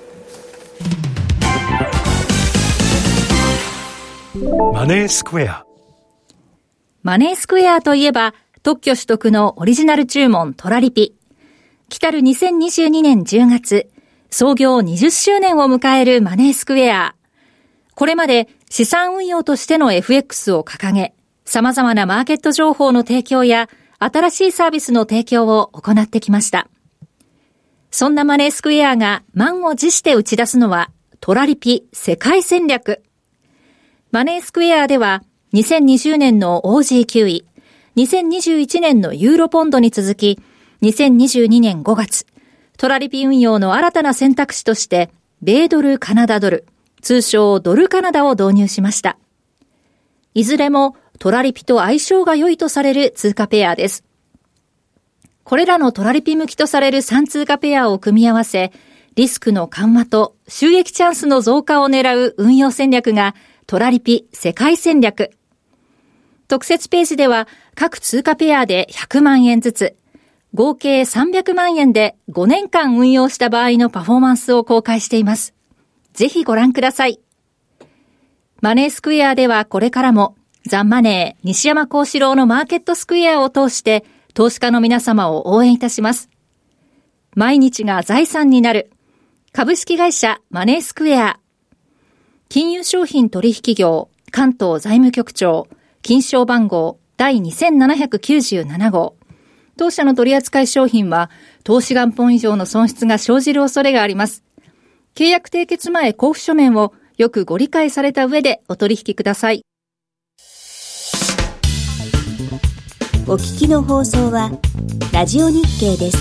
マネースクエア。 マネースクエアといえば特許取得のオリジナル注文トラリピ。来たるにせんにじゅうにねんじゅうがつ創業にじゅっしゅうねんを迎えるマネースクエア。これまで資産運用としての エフエックス を掲げ、様々なマーケット情報の提供や新しいサービスの提供を行ってきました。そんなマネースクエアが満を持して打ち出すのはトラリピ世界戦略。マネースクエアではにせんにじゅうねんの オージー キューイ、にせんにじゅういちねんのユーロポンドに続き、にせんにじゅうにねんごがつ、トラリピ運用の新たな選択肢として、米ドルカナダドル、通称ドルカナダを導入しました。いずれもトラリピと相性が良いとされる通貨ペアです。これらのトラリピ向きとされるさん通貨ペアを組み合わせ、リスクの緩和と収益チャンスの増加を狙う運用戦略がトラリピ世界戦略。特設ページでは各通貨ペアでひゃくまんえんずつ、合計さんびゃくまんえんでごねんかん運用した場合のパフォーマンスを公開しています。ぜひご覧ください。マネースクエアではこれからもザンマネー西山幸四郎のマーケットスクエアを通して投資家の皆様を応援いたします。毎日が財産になる株式会社マネースクエア。金融商品取引業関東財務局長金賞番号第にせんななひゃくきゅうじゅうなな号。当社の取扱い商品は投資元本以上の損失が生じる恐れがあります。契約締結前交付書面をよくご理解された上でお取引ください。 お聞きの放送はラジオ日経です。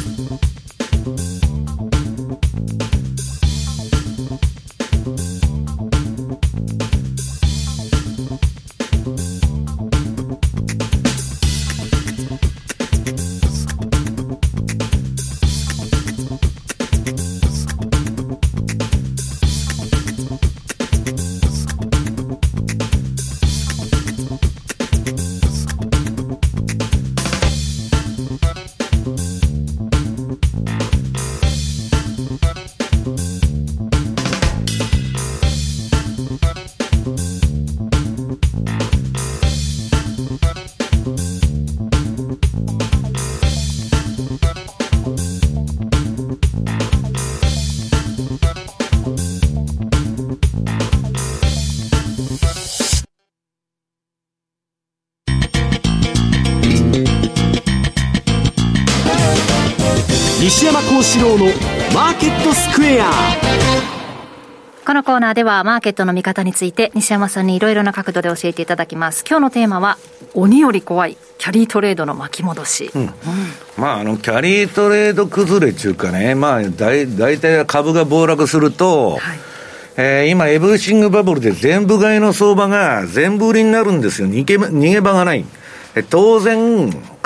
西山幸四郎のマーケットスクエア。 このコーナーではマーケットの見方について西山さんにいろいろな角度で教えていただきます。今日のテーマは鬼より怖いキャリートレードの巻き戻し、うんうん、 まああのキャリートレード崩れっていうかね、まあだいたい株が暴落すると、はい、えー、今エブリシングバブルで全部買いの相場が全部売りになるんですよ。逃げ、逃げ場がない。当然為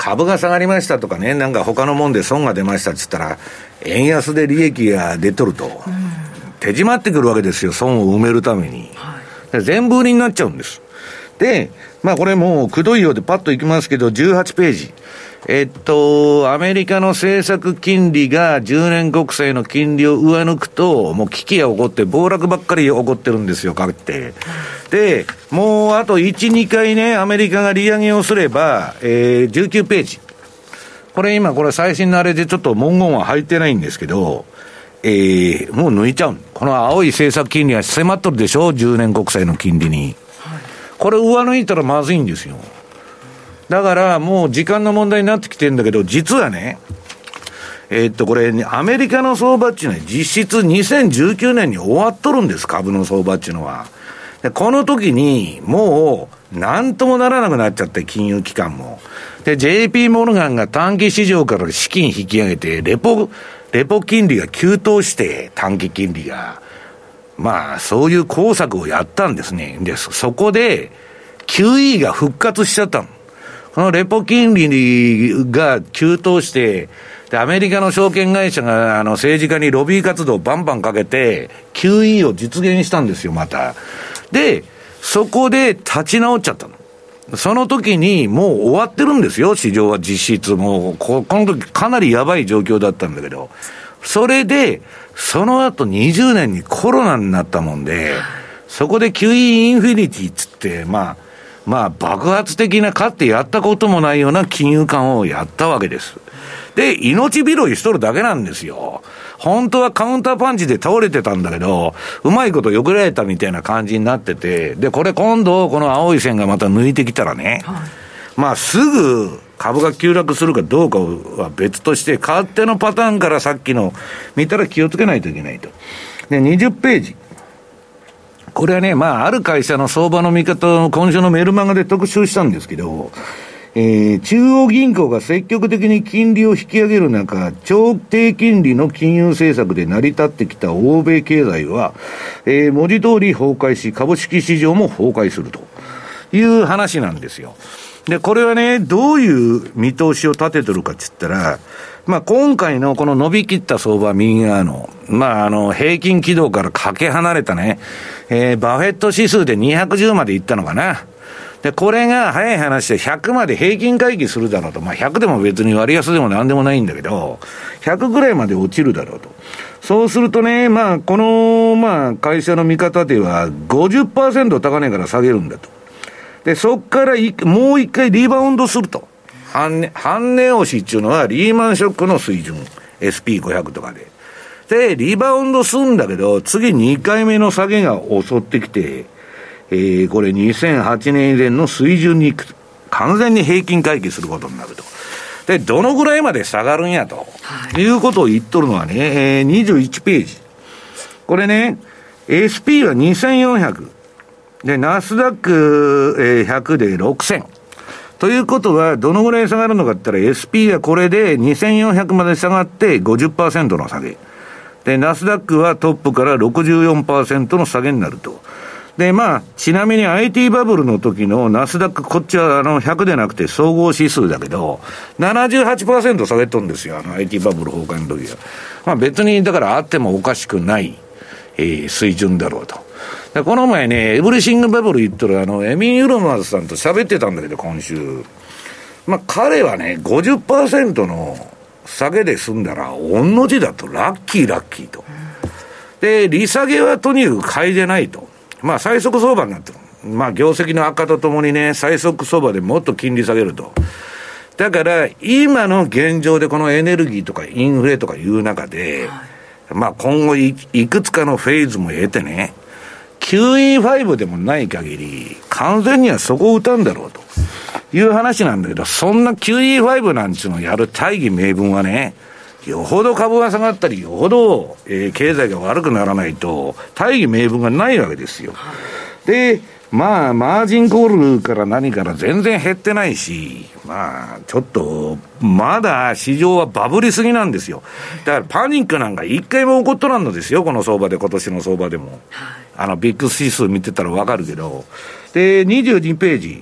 株が下がりましたとかね、なんか他のもんで損が出ましたって言ったら、円安で利益が出とると、うん、手締まってくるわけですよ、損を埋めるために。はい、全部売りになっちゃうんです。で、まあこれもうくどいようでパッといきますけど、じゅうはちページ。えっと、アメリカの政策金利がじゅうねん国債の金利を上抜くと、もう危機が起こって暴落ばっかり起こってるんですよ、かって。で、もうあといち、にかいね、アメリカが利上げをすれば、えー、じゅうきゅうページ。これ今これ最新のあれでちょっと文言は入ってないんですけど、えー、もう抜いちゃう。この青い政策金利が迫っとるでしょ、じゅうねん国債の金利に。これ上抜いたらまずいんですよ。だからもう時間の問題になってきてるんだけど、実はね、えー、っとこれ、ね、アメリカの相場っていうのは実質にせんじゅうきゅうねんに終わっとるんです、株の相場っていうのは。でこの時にもう何ともならなくなっちゃって、金融機関も。で ジェイピー モルガンが短期市場から資金引き上げて、レポレポ金利が急騰して、短期金利がまあそういう工作をやったんですね。でそこで キューイー が復活しちゃったの。このレポ金利が急騰して、で、アメリカの証券会社が、あの、政治家にロビー活動をバンバンかけて、キューイー を実現したんですよ、また。で、そこで立ち直っちゃったの。その時にもう終わってるんですよ、市場は実質。もう、こ、この時かなりやばい状況だったんだけど。それで、その後にじゅうねんにコロナになったもんで、そこで キューイー インフィニティっつって、まあ、まあ爆発的なかってやったこともないような金融緩和をやったわけです。で、命拾いしとるだけなんですよ。本当はカウンターパンチで倒れてたんだけど、うまいことよくられたみたいな感じになってて、で、これ今度この青い線がまた抜いてきたらね、はい、まあすぐ株が急落するかどうかは別として、勝手のパターンからさっきの見たら気をつけないといけないと。で、にじゅうページ。これはね、まあ、ある会社の相場の見方を今週のメルマガで特集したんですけど、えー、中央銀行が積極的に金利を引き上げる中、超低金利の金融政策で成り立ってきた欧米経済は、えー、文字通り崩壊し、株式市場も崩壊するという話なんですよ。で、これはね、どういう見通しを立ててるかって言ったら、まあ、今回のこの伸びきった相場右側の、まあ、あの、平均軌道からかけ離れたね、えー、バフェット指数でにひゃくじゅうまでいったのかな。で、これが早い話でひゃくまで平均回帰するだろうと。まあ、ひゃくでも別に割安でも何でもないんだけど、ひゃくぐらいまで落ちるだろうと。そうするとね、まあ、この、まあ、会社の見方では ごじゅっパーセント 高値から下げるんだと。で、そっからもう一回リバウンドすると。半値、半値押しっていうのはリーマンショックの水準。エスピーごひゃく とかで。で、リバウンドするんだけど、次にかいめの下げが襲ってきて、えー、これにせんはちねん以前の水準に完全に平均回帰することになると。で、どのぐらいまで下がるんやと。はい、いうことを言っとるのはね、えー、にじゅういちページ。これね、エスピー はにせんよんひゃく。で、ナスダックひゃくでろくせん。ということは、どのぐらい下がるのかって言ったら、エスピー はこれでにせんよんひゃくまで下がって ごじゅっパーセント の下げ。で、ナスダックはトップから ろくじゅうよんパーセント の下げになると。で、まあ、ちなみに アイティー バブルの時のナスダック、こっちはあのひゃくでなくて総合指数だけど、ななじゅうはちパーセント 下げとるんですよ、あの アイティー バブル崩壊の時は。まあ別に、だからあってもおかしくない、えー、水準だろうと。でこの前ね、エブリシングバブル言っとるあの、エミン・ユルマーズさんと喋ってたんだけど、今週。まあ彼はね、ごじゅっパーセント の下げで済んだら、御の字だとラッキーラッキーと。で、利下げはとにかく買いでないと。まあ最速相場になってる。まあ業績の悪化とともにね、最速相場でもっと金利下げると。だから今の現状でこのエネルギーとかインフレとかいう中で、はい、まあ今後 い, いくつかのフェーズも得てね、キューイーファイブ でもない限り完全にはそこを打たんだろうという話なんだけど、そんな キューイーファイブ なんていうのをやる大義名分はね、よほど株が下がったり、よほど、えー、経済が悪くならないと、大義名分がないわけですよ。で、まあ、マージンコールから何から全然減ってないし、まあ、ちょっと、まだ市場はバブりすぎなんですよ。だからパニックなんか一回も起こっとらんのですよ、この相場で、今年の相場でも。あの、ビッグ指数見てたらわかるけど。で、にじゅうにページ。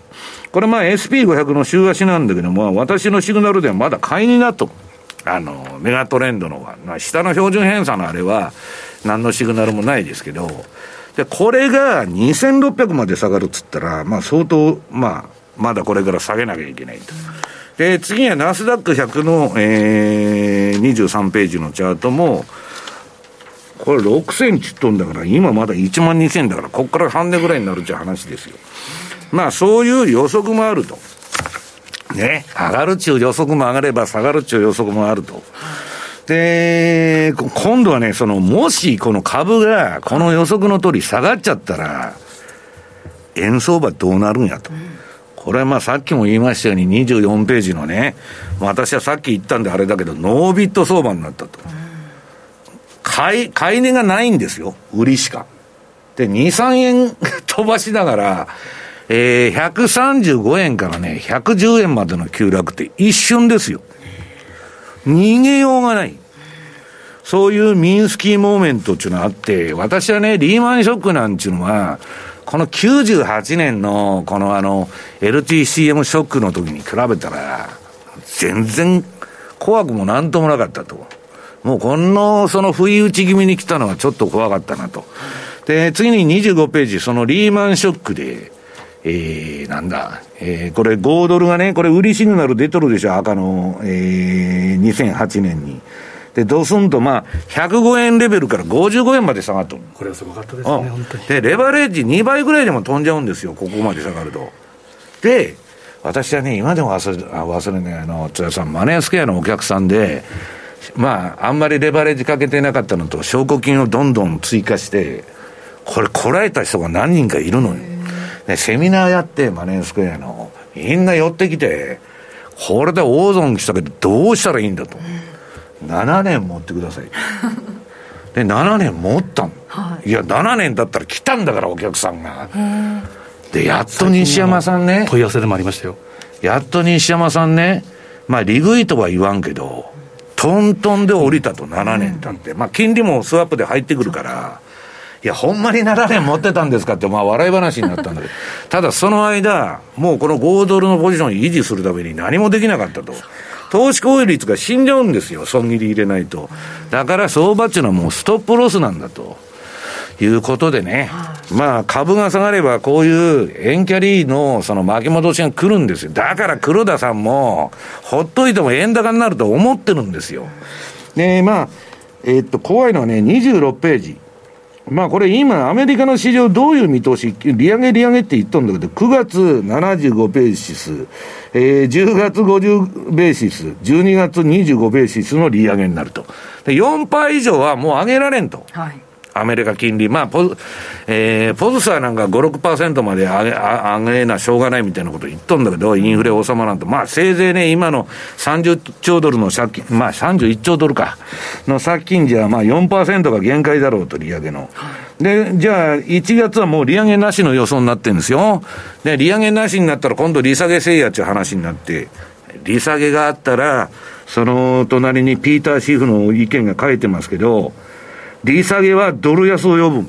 これまあ エスピーごひゃく の週足なんだけども、私のシグナルではまだ買いになっとあのメガトレンドのは、まあ、下の標準偏差のあれは何のシグナルもないですけど、でこれがにせんろっぴゃくまで下がるっつったら、まあ相当、まあまだこれから下げなきゃいけないと。で次はナスダックひゃくの、えー、にじゅうさんページのチャートもこれろくせんちっとんだから、今まだいちまんにせんだから、こっから半値ぐらいになるっていう話ですよ。まあそういう予測もあると。ね、上がるっちゅう予測も上がれば下がるっちゅう予測もあると。で、今度はね、その、もしこの株がこの予測の通り下がっちゃったら、円相場どうなるんやと。これはまあさっきも言いましたようににじゅうよんページのね、私はさっき言ったんであれだけど、ノービット相場になったと。買い、買い値がないんですよ。売りしか。で、に、さんえん飛ばしながら、えー、ひゃくさんじゅうごえんからね、ひゃくじゅうえんまでの急落って一瞬ですよ。逃げようがない。そういうミンスキーモーメントっていうのがあって、私はね、リーマンショックなんていうのは、このきゅうじゅうはちねんの、このあの、エルティーシーエム ショックの時に比べたら、全然怖くもなんともなかったと。もうこの、その不意打ち気味に来たのはちょっと怖かったなと。で、次ににじゅうごページ、そのリーマンショックで、えー、なんだ、えー、これごドルがね、これ売りシグナル出とるでしょ、赤の、えー、にせんはちねんに。で、ドスンとまあ、ひゃくごえんレベルからごじゅうごえんまで下がっとる。 これはすごかったですね、本当に。 で、レバレッジにばいぐらいでも飛んじゃうんですよ、ここまで下がると。で、私はね、今でも忘れ、あ忘れない、あの、津田さん、マネースクエアのお客さんで、まあ、あんまりレバレッジかけてなかったのと、証拠金をどんどん追加して、これ、こらえた人が何人かいるのよ。でセミナーやって、マネースクエアの、みんな寄ってきて、これで大損したけど、どうしたらいいんだと。ななねん持ってください。で、ななねん持ったの。はい、いや、ななねんだったら来たんだから、お客さんが。で、やっと西山さんね。 問い合わせでもありましたよ。 やっと西山さんね、まあ、利食いとは言わんけど、トントンで降りたと、ななねん経って。まあ、金利もスワップで入ってくるから、いや、ほんまにななねん持ってたんですかって、まあ、笑い話になったんだけど、ただその間、もうこのごドルのポジションを維持するために何もできなかったと。投資行為率が死んじゃうんですよ、損切り入れないと。だから相場っていうのはもうストップロスなんだということでね、まあ株が下がればこういう円キャリーのその巻き戻しが来るんですよ。だから黒田さんもほっといても円高になると思ってるんですよ。で、まあ、えー、っと、怖いのはね、にじゅうろくページ。まあこれ今アメリカの市場どういう見通し、利上げ利上げって言っとんだけど、くがつななじゅうごベーシス、えー、じゅうがつごじゅうベーシス、じゅうにがつにじゅうごベーシスの利上げになると。で よんパーセント 以上はもう上げられんと。はい。アメリカ金利。まあ、ポ、えー、ポズサーなんかご、ろくパーセントまで上げ、上げなしょうがないみたいなこと言っとんだけど、インフレ収まらんと。まあ、せいぜいね、今のさんじゅっちょうドルの借金、まあ、さんじゅういっちょうドルか、の借金じゃ、まあ、よんパーセント が限界だろうと、利上げの。で、じゃあ、いちがつはもう利上げなしの予想になってるんですよ。で、利上げなしになったら今度利下げせいやっていう話になって、利下げがあったら、その隣にピーター・シーフの意見が書いてますけど、利下げはドル安を呼ぶ。はい、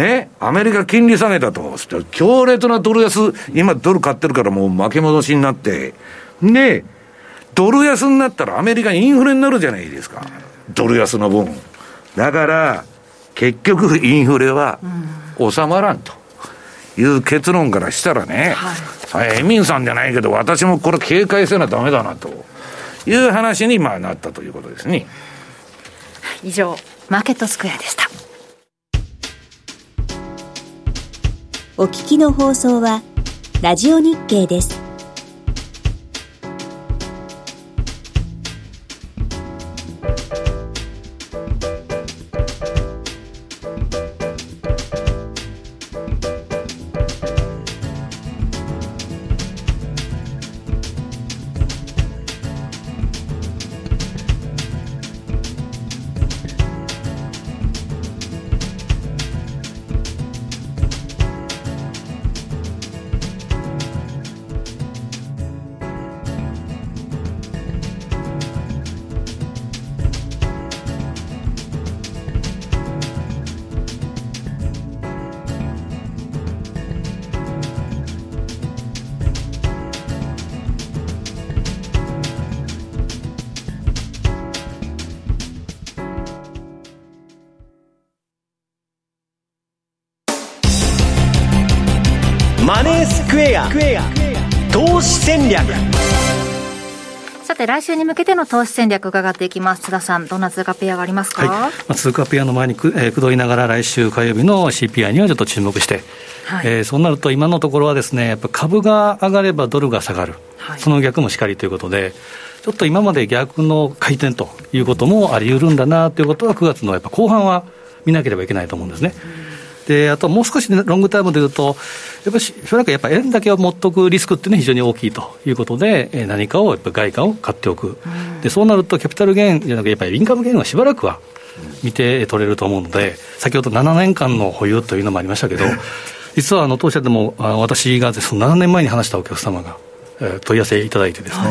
ね。アメリカ金利下げたと。強烈なドル安、今ドル買ってるからもう負け戻しになって。で、ドル安になったらアメリカインフレになるじゃないですか。ドル安の分。だから、結局インフレは収まらんという結論からしたらね、はい、エミンさんじゃないけど、私もこれ警戒せなダメだなという話にまあなったということですね。 以上。マーケットスクエアでした。 お聞きの放送はラジオ日経です。 ネースクエア投資戦略。 さて来週に向けての投資戦略伺っていきます。津田さん、どんな通貨ペアがありますか？はい、まあ、通貨ペアの前にく、えー、くどいながら来週火曜日の シーピーアイ にはちょっと注目して、はい、えー、そうなると今のところはですね、やっぱ株が上がればドルが下がる、はい、その逆もしかりということで、ちょっと今まで逆の回転ということもあり得るんだなということはくがつのやっぱ後半は見なければいけないと思うんですね。であともう少し、ね、ロングタームでいうとやっぱりしばらくやっぱ円だけを持っておくリスクっていうのは非常に大きいということで、えー、何かをやっぱ外貨を買っておく、うん、でそうなるとキャピタルゲインじゃなくてやっぱりインカムゲインはしばらくは見て取れると思うので、先ほどななねんかんの保有というのもありましたけど実はあの当社でもあ私がそのななねんまえに話したお客様が、えー、問い合わせいただいてですね、はい、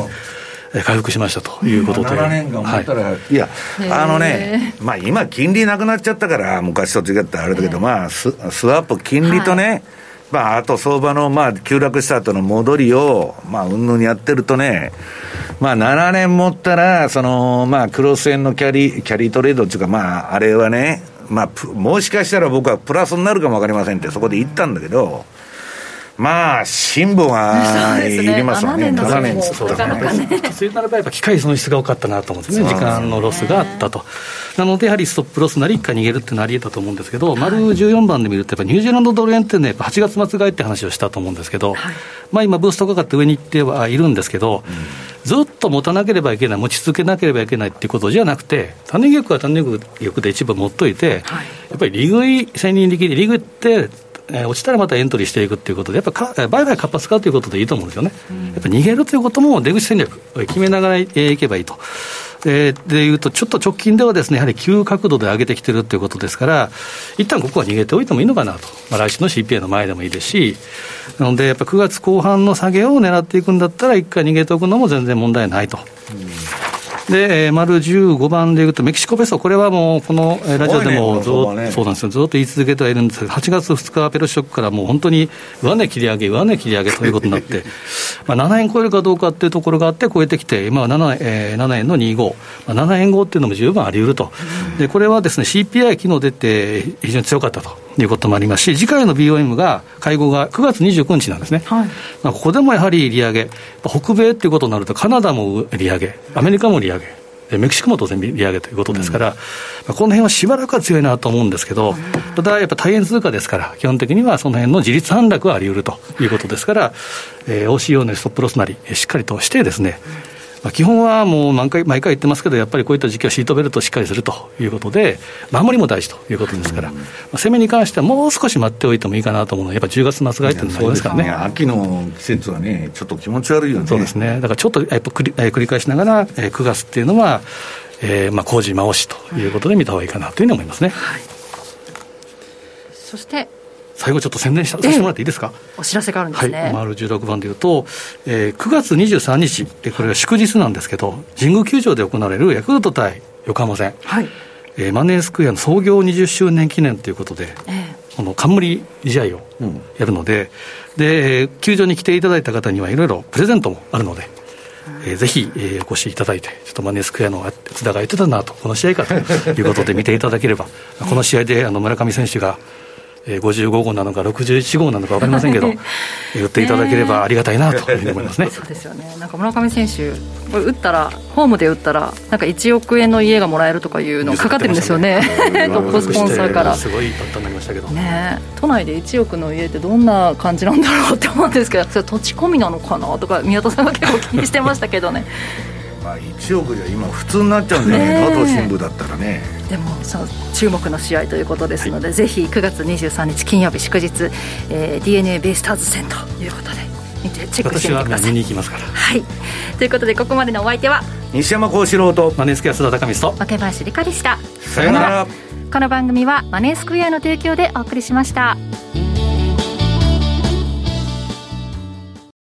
回復しましたということで、 ななねんかん持ったら、はい、いやあのね、まあ、今金利なくなっちゃったから昔と違ったあれだけど、まあ、ス, スワップ金利とね、はい、まあ、あと相場のまあ急落した後の戻りをまあうんぬんやってるとね、まあ、ななねん持ったらそのまあクロス円のキャリーキャリートレードっていうか、まああれはね、まあ、もしかしたら僕はプラスになるかもわかりませんってそこで言ったんだけど、まあ辛抱がいりますわね。ななねんつったらね。 そういうならばやっぱ機械損失が多かったなと思うんですね。時間のロスがあったと。なのでやはりストップロスなり一回逃げるっていうのはあり得たと思うんですけど、丸じゅうよんばんで見るとやっぱニュージーランドドル円ってね、やっぱはちがつ末買いって話をしたと思うんですけど、はい、まあ今ブーストかかって上に行ってはいるんですけど、うん、ずっと持たなければいけない、持ち続けなければいけないっていうことじゃなくて、種玉は種玉で一部持っといて、はい、やっぱり利食い千人力で利食いってえー、落ちたらまたエントリーしていくということで、やっぱか売買活発化ということでいいと思うんですよね、うん、やっぱ逃げるということも出口戦略を決めながらいけばいいと、えー、でいうとちょっと直近ではですね、やはり急角度で上げてきてるということですから、一旦ここは逃げておいてもいいのかなと、まあ、来週の シーピーアイ の前でもいいですし、なのでやっぱくがつこう半の下げを狙っていくんだったら一回逃げておくのも全然問題ないと、うんで、えー、丸じゅうごばんでいうとメキシコペソ、これはもうこのラジオでもずっと、ね、そうなんですよ、ずっと言い続けてはいるんですが、はちがつふつかペロショックからもう本当に上値切り上げ上値切り上げということになってまあななえん超えるかどうかっていうところがあって超えてきて、今は 7,、えー、ななえんのにじゅうご、まあ、ななえん超っていうのも十分あり得ると。でこれはですね シーピーアイ 昨日出て非常に強かったということもありますし、次回の ビーオーエム が会合がくがつにじゅうくにちなんですね、はい、まあ、ここでもやはり利上げ、北米っていうことになるとカナダも利上げ、アメリカも利上げ、メキシコも当然利上げということですから、うん、まあ、この辺はしばらくは強いなと思うんですけど、ただやっぱ大円通貨ですから、基本的にはその辺の自立反落はあり得るということですから、えー、オーシーオー なりストップロスなりしっかりとしてですね、まあ、基本はもう毎回毎回言ってますけど、やっぱりこういった時期はシートベルトをしっかりするということで、守りも大事ということですから、うん、まあ、攻めに関してはもう少し待っておいてもいいかなと思うのは、やっぱじゅうがつ末買いというのもありますからね。 秋の季節はね、ちょっと気持ち悪いよね。 そうですね。だからちょっとやっぱ繰り、繰り返しながら、えー、くがつっていうのは、えー、まあ工事回しということで見た方がいいかなというふうに思いますね、はい、 そして最後ちょっと宣伝させてもらっていいですか。 お知らせがあるんですね。 はい、丸じゅうろくばんでいうと、えー、くがつにじゅうさんにち、これは祝日なんですけど、神宮球場で行われるヤクルト対横浜戦、はい、えー、マネースクエアの創業にじゅっしゅうねん記念ということで、えー、この冠試合をやるので、うん、で球場に来ていただいた方にはいろいろプレゼントもあるので、えー、ぜひ、えー、お越しいただいて、ちょっとマネースクエアの津田が言ってたなと、この試合かということで見ていただければこの試合であの村上選手がごじゅうごごうなのかろくじゅういちごうなのか分かりませんけど言っていただければありがたいなというふうに思いますね。 そうですよね。なんか村上選手これ打ったらホームで打ったらなんかいちおくえんの家がもらえるとかいうのかかってるんですよね。トップスポンサーからすごいバッターになりましたけど、 ね、都内でいちおくの家ってどんな感じなんだろうって思うんですけど、それ土地込みなのかなとか宮田さんが結構気にしてましたけどね。 まあ、いちおくじゃ今普通になっちゃうんだよね、都心部だったらね。 でもその注目の試合ということですので、はい、ぜひくがつにじゅうさんにち金曜日祝日、えー、ディーエヌエー ベイスターズ戦ということで見てチェックしてみてください。 私は見に行きますから。 はい、ということでここまでのお相手は西山幸四郎とマネースクエア須田貴光と若林理香でした。 さよなら。 この番組はマネースクエアの提供でお送りしました。